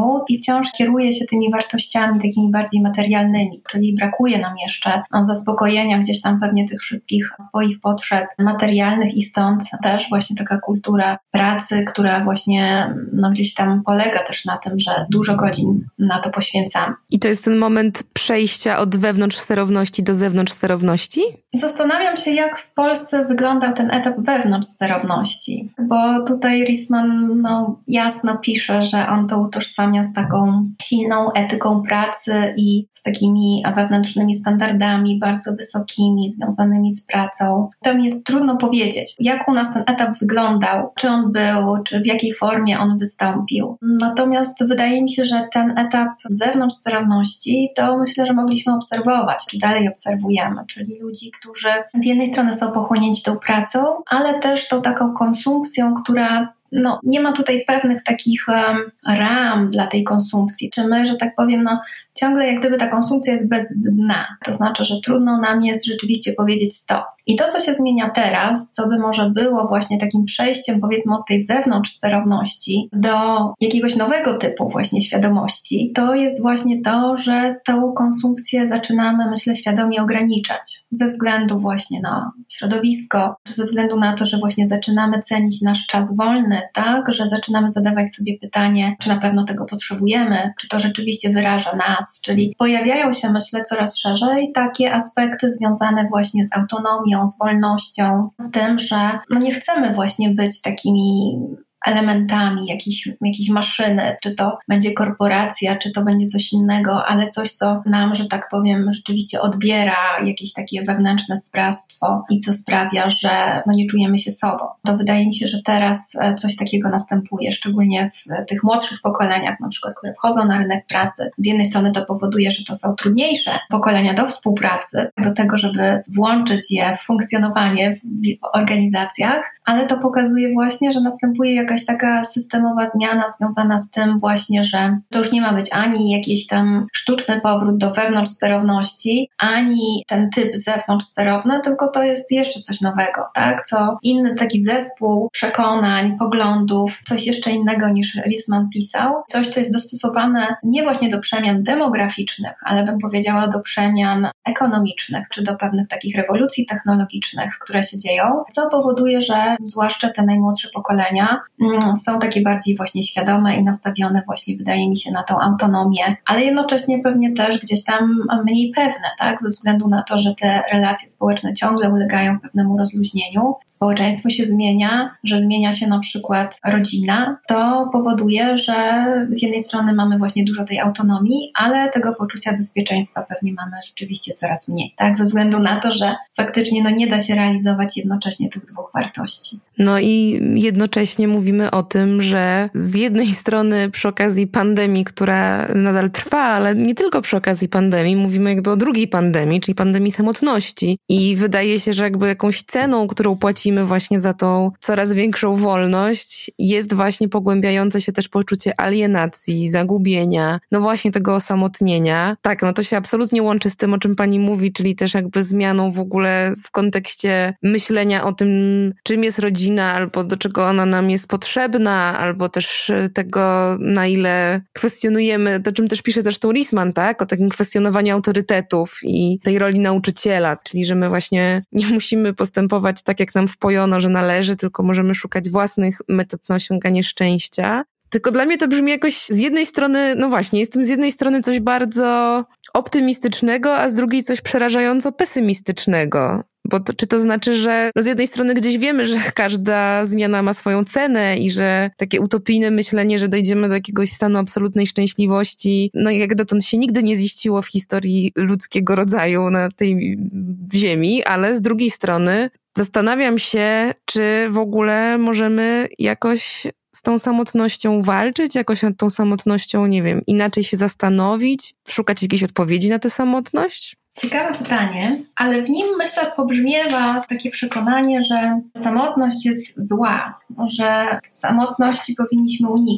domu i wciąż kieruje się tymi wartościami takimi bardziej materialnymi, czyli brakuje nam jeszcze zaspokojenia gdzieś tam pewnie tych wszystkich swoich potrzeb materialnych i stąd też właśnie taka kultura pracy, która właśnie no gdzieś tam polega też na tym, że dużo godzin na to poświęcamy. I to jest ten moment przejścia od wewnątrz sterowności do zewnątrz sterowności? Zastanawiam się, jak w Polsce wyglądał ten etap wewnątrz sterowności, bo tutaj Riesman no, jasno pisze, że on to utożsamia z taką silną etyką pracy i z takimi wewnętrznymi standardami bardzo wysokimi, związanymi z pracą. To mi jest trudno powiedzieć, jak u nas ten etap wyglądał, czy on był, czy w jakiej formie on wystąpił. Natomiast wydaje mi się, że ten etap zewnątrz sterowności to myślę, że mogliśmy obserwować, czy dalej obserwujemy, czyli ludzi, którzy z jednej strony są pochłonięci tą pracą, ale też tą taką konsumpcją, która no, nie ma tutaj pewnych takich um, ram dla tej konsumpcji. Czy my, że tak powiem, no ciągle jak gdyby ta konsumpcja jest bez dna. To znaczy, że trudno nam jest rzeczywiście powiedzieć stop. I to, co się zmienia teraz, co by może było właśnie takim przejściem, powiedzmy, od tej zewnątrz sterowności do jakiegoś nowego typu właśnie świadomości, to jest właśnie to, że tą konsumpcję zaczynamy, myślę, świadomie ograniczać. Ze względu właśnie na środowisko, czy ze względu na to, że właśnie zaczynamy cenić nasz czas wolny, tak, że zaczynamy zadawać sobie pytanie, czy na pewno tego potrzebujemy, czy to rzeczywiście wyraża nas, czyli pojawiają się, myślę, coraz szerzej takie aspekty związane właśnie z autonomią, z wolnością, z tym, że no nie chcemy właśnie być takimi elementami jakiejś, jakiejś maszyny, czy to będzie korporacja, czy to będzie coś innego, ale coś, co nam, że tak powiem, rzeczywiście odbiera jakieś takie wewnętrzne sprawstwo i co sprawia, że no nie czujemy się sobą. To wydaje mi się, że teraz coś takiego następuje, szczególnie w tych młodszych pokoleniach, na przykład, które wchodzą na rynek pracy. Z jednej strony to powoduje, że to są trudniejsze pokolenia do współpracy, do tego, żeby włączyć je w funkcjonowanie w organizacjach, ale to pokazuje właśnie, że następuje jakaś taka systemowa zmiana związana z tym właśnie, że to już nie ma być ani jakiś tam sztuczny powrót do wewnątrz sterowności, ani ten typ zewnątrz sterowny, tylko to jest jeszcze coś nowego, tak? Co inny taki zespół przekonań, poglądów, coś jeszcze innego niż Riesman pisał. Coś, co jest dostosowane nie właśnie do przemian demograficznych, ale bym powiedziała do przemian ekonomicznych, czy do pewnych takich rewolucji technologicznych, które się dzieją, co powoduje, że zwłaszcza te najmłodsze pokolenia mm, są takie bardziej właśnie świadome i nastawione właśnie, wydaje mi się, na tą autonomię, ale jednocześnie pewnie też gdzieś tam mniej pewne, tak, ze względu na to, że te relacje społeczne ciągle ulegają pewnemu rozluźnieniu. Społeczeństwo się zmienia, że zmienia się na przykład rodzina, to powoduje, że z jednej strony mamy właśnie dużo tej autonomii, ale tego poczucia bezpieczeństwa pewnie mamy rzeczywiście coraz mniej, tak, ze względu na to, że faktycznie no nie da się realizować jednocześnie tych dwóch wartości. No i jednocześnie mówimy o tym, że z jednej strony przy okazji pandemii, która nadal trwa, ale nie tylko przy okazji pandemii, mówimy jakby o drugiej pandemii, czyli pandemii samotności. I wydaje się, że jakby jakąś ceną, którą płacimy właśnie za tą coraz większą wolność, jest właśnie pogłębiające się też poczucie alienacji, zagubienia, no właśnie tego osamotnienia. Tak, no to się absolutnie łączy z tym, o czym pani mówi, czyli też jakby zmianą w ogóle w kontekście myślenia o tym, czym jest rodzina, albo do czego ona nam jest potrzebna, albo też tego, na ile kwestionujemy, to czym też pisze zresztą Riesman, tak? O takim kwestionowaniu autorytetów i tej roli nauczyciela, czyli że my właśnie nie musimy postępować tak, jak nam wpojono, że należy, tylko możemy szukać własnych metod na osiąganie szczęścia. Tylko dla mnie to brzmi jakoś z jednej strony, no właśnie, jest tym z jednej strony coś bardzo optymistycznego, a z drugiej coś przerażająco pesymistycznego. Bo to, czy to znaczy, że no z jednej strony gdzieś wiemy, że każda zmiana ma swoją cenę i że takie utopijne myślenie, że dojdziemy do jakiegoś stanu absolutnej szczęśliwości, no jak dotąd się nigdy nie ziściło w historii ludzkiego rodzaju na tej ziemi, ale z drugiej strony zastanawiam się, czy w ogóle możemy jakoś z tą samotnością walczyć, jakoś nad tą samotnością, nie wiem, inaczej się zastanowić, szukać jakiejś odpowiedzi na tę samotność? Ciekawe pytanie, ale w nim, myślę, pobrzmiewa takie przekonanie, że samotność jest zła, że samotności powinniśmy unikać.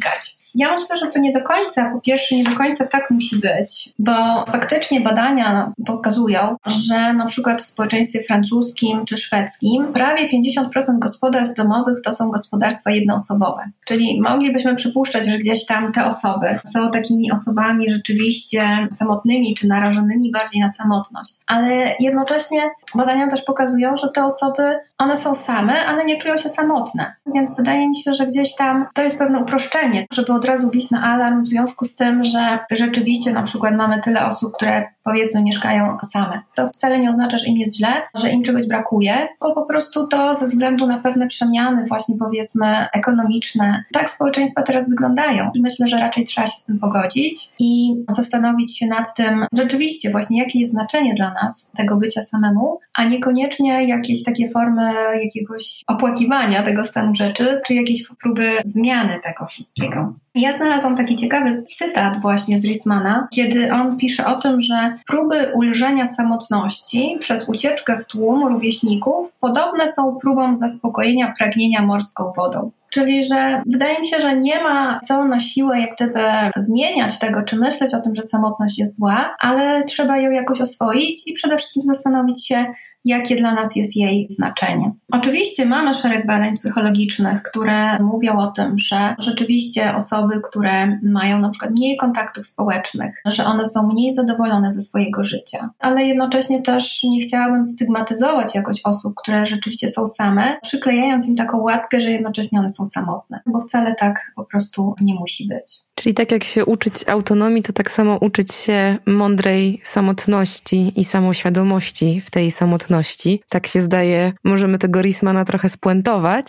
Ja myślę, że to nie do końca, po pierwsze nie do końca tak musi być, bo faktycznie badania pokazują, że na przykład w społeczeństwie francuskim czy szwedzkim prawie pięćdziesiąt procent gospodarstw domowych to są gospodarstwa jednoosobowe. Czyli moglibyśmy przypuszczać, że gdzieś tam te osoby są takimi osobami rzeczywiście samotnymi czy narażonymi bardziej na samotność. Ale jednocześnie badania też pokazują, że te osoby, one są same, ale nie czują się samotne. Więc wydaje mi się, że gdzieś tam to jest pewne uproszczenie, żeby od razu bić na alarm w związku z tym, że rzeczywiście na przykład mamy tyle osób, które powiedzmy mieszkają same. To wcale nie oznacza, że im jest źle, że im czegoś brakuje, bo po prostu to ze względu na pewne przemiany właśnie powiedzmy ekonomiczne. Tak społeczeństwa teraz wyglądają. Myślę, że raczej trzeba się z tym pogodzić i zastanowić się nad tym rzeczywiście właśnie jakie jest znaczenie dla nas tego bycia samemu, a niekoniecznie jakieś takie formy jakiegoś opłakiwania tego stanu rzeczy, czy jakieś próby zmiany tego wszystkiego. Ja znalazłam taki ciekawy cytat właśnie z Rissmana, kiedy on pisze o tym, że próby ulżenia samotności przez ucieczkę w tłum rówieśników podobne są próbom zaspokojenia pragnienia morską wodą. Czyli, że wydaje mi się, że nie ma co na siłę jak gdyby zmieniać tego, czy myśleć o tym, że samotność jest zła, ale trzeba ją jakoś oswoić i przede wszystkim zastanowić się, jakie dla nas jest jej znaczenie. Oczywiście mamy szereg badań psychologicznych, które mówią o tym, że rzeczywiście osoby, które mają na przykład mniej kontaktów społecznych, że one są mniej zadowolone ze swojego życia. Ale jednocześnie też nie chciałabym stygmatyzować jakoś osób, które rzeczywiście są same, przyklejając im taką łatkę, że jednocześnie one są samotne, bo wcale tak po prostu nie musi być. Czyli tak jak się uczyć autonomii, to tak samo uczyć się mądrej samotności i samoświadomości w tej samotności. Tak się zdaje, możemy tego Rissmana trochę spuentować.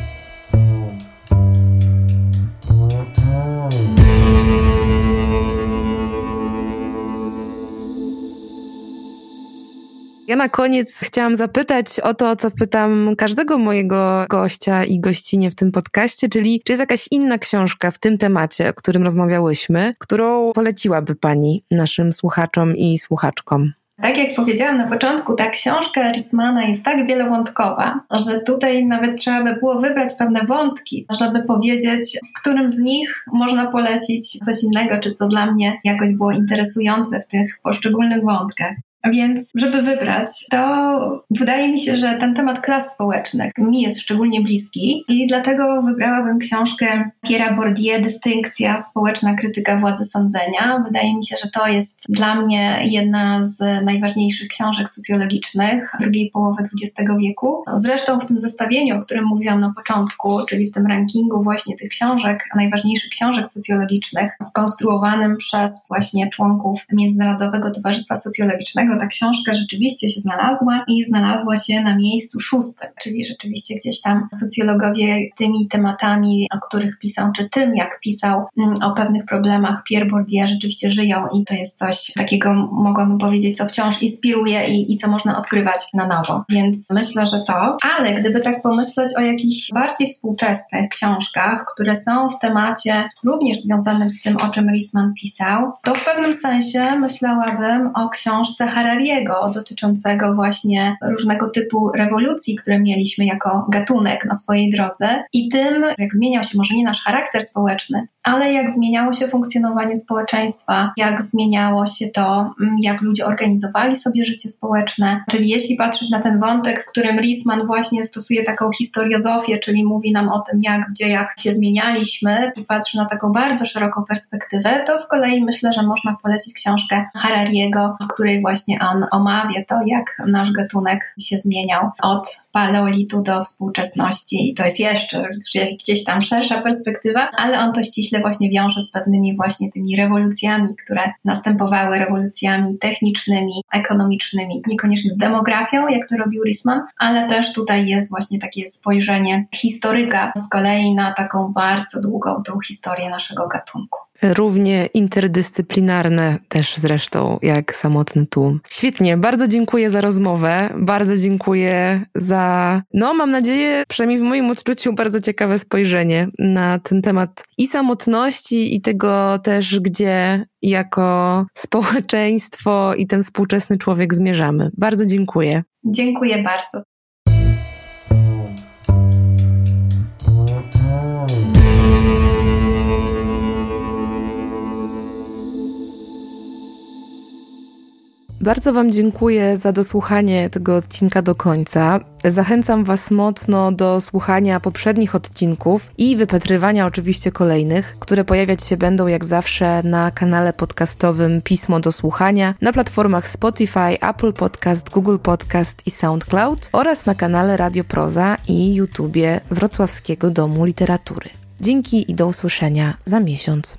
Ja na koniec chciałam zapytać o to, co pytam każdego mojego gościa i gościnie w tym podcaście, czyli czy jest jakaś inna książka w tym temacie, o którym rozmawiałyśmy, którą poleciłaby Pani naszym słuchaczom i słuchaczkom? Tak jak powiedziałam na początku, ta książka Rissmana jest tak wielowątkowa, że tutaj nawet trzeba by było wybrać pewne wątki, żeby powiedzieć, w którym z nich można polecić coś innego, czy co dla mnie jakoś było interesujące w tych poszczególnych wątkach. Więc żeby wybrać, to wydaje mi się, że ten temat klas społecznych mi jest szczególnie bliski i dlatego wybrałabym książkę Pierre'a Bourdieu Dystynkcja, społeczna krytyka władzy sądzenia. Wydaje mi się, że to jest dla mnie jedna z najważniejszych książek socjologicznych drugiej połowy dwudziestego wieku. Zresztą w tym zestawieniu, o którym mówiłam na początku, czyli w tym rankingu właśnie tych książek, najważniejszych książek socjologicznych, skonstruowanym przez właśnie członków Międzynarodowego Towarzystwa Socjologicznego, ta książka rzeczywiście się znalazła i znalazła się na miejscu szóstym, czyli rzeczywiście gdzieś tam socjologowie tymi tematami, o których pisał, czy tym, jak pisał o pewnych problemach Pierre Bourdieu, rzeczywiście żyją i to jest coś takiego, mogłabym powiedzieć, co wciąż inspiruje i, i co można odkrywać na nowo. Więc myślę, że to. Ale gdyby tak pomyśleć o jakichś bardziej współczesnych książkach, które są w temacie również związanym z tym, o czym Rissman pisał, to w pewnym sensie myślałabym o książce Harariego dotyczącego właśnie różnego typu rewolucji, które mieliśmy jako gatunek na swojej drodze i tym, jak zmieniał się może nie nasz charakter społeczny, ale jak zmieniało się funkcjonowanie społeczeństwa, jak zmieniało się to, jak ludzie organizowali sobie życie społeczne. Czyli jeśli patrzeć na ten wątek, w którym Rissman właśnie stosuje taką historiozofię, czyli mówi nam o tym, jak w dziejach się zmienialiśmy i patrzy na taką bardzo szeroką perspektywę, to z kolei myślę, że można polecić książkę Harariego, w której właśnie on omawia to, jak nasz gatunek się zmieniał od paleolitu do współczesności. I to jest jeszcze gdzieś tam szersza perspektywa, ale on to ściśle właśnie wiąże z pewnymi właśnie tymi rewolucjami, które następowały, rewolucjami technicznymi, ekonomicznymi, niekoniecznie z demografią, jak to robił Rissman, ale też tutaj jest właśnie takie spojrzenie historyka z kolei na taką bardzo długą tą historię naszego gatunku. Równie interdyscyplinarne też zresztą jak Samotny tłum. Świetnie, bardzo dziękuję za rozmowę, bardzo dziękuję za, no mam nadzieję, przynajmniej w moim odczuciu, bardzo ciekawe spojrzenie na ten temat i samotności, i tego też, gdzie jako społeczeństwo i ten współczesny człowiek zmierzamy. Bardzo dziękuję. Dziękuję bardzo. Bardzo Wam dziękuję za dosłuchanie tego odcinka do końca. Zachęcam Was mocno do słuchania poprzednich odcinków i wypatrywania oczywiście kolejnych, które pojawiać się będą jak zawsze na kanale podcastowym Pismo do Słuchania, na platformach Spotify, Apple Podcast, Google Podcast i SoundCloud oraz na kanale Radio Proza i YouTubie Wrocławskiego Domu Literatury. Dzięki i do usłyszenia za miesiąc.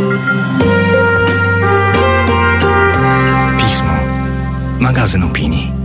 Pismo. Magazyn opinii.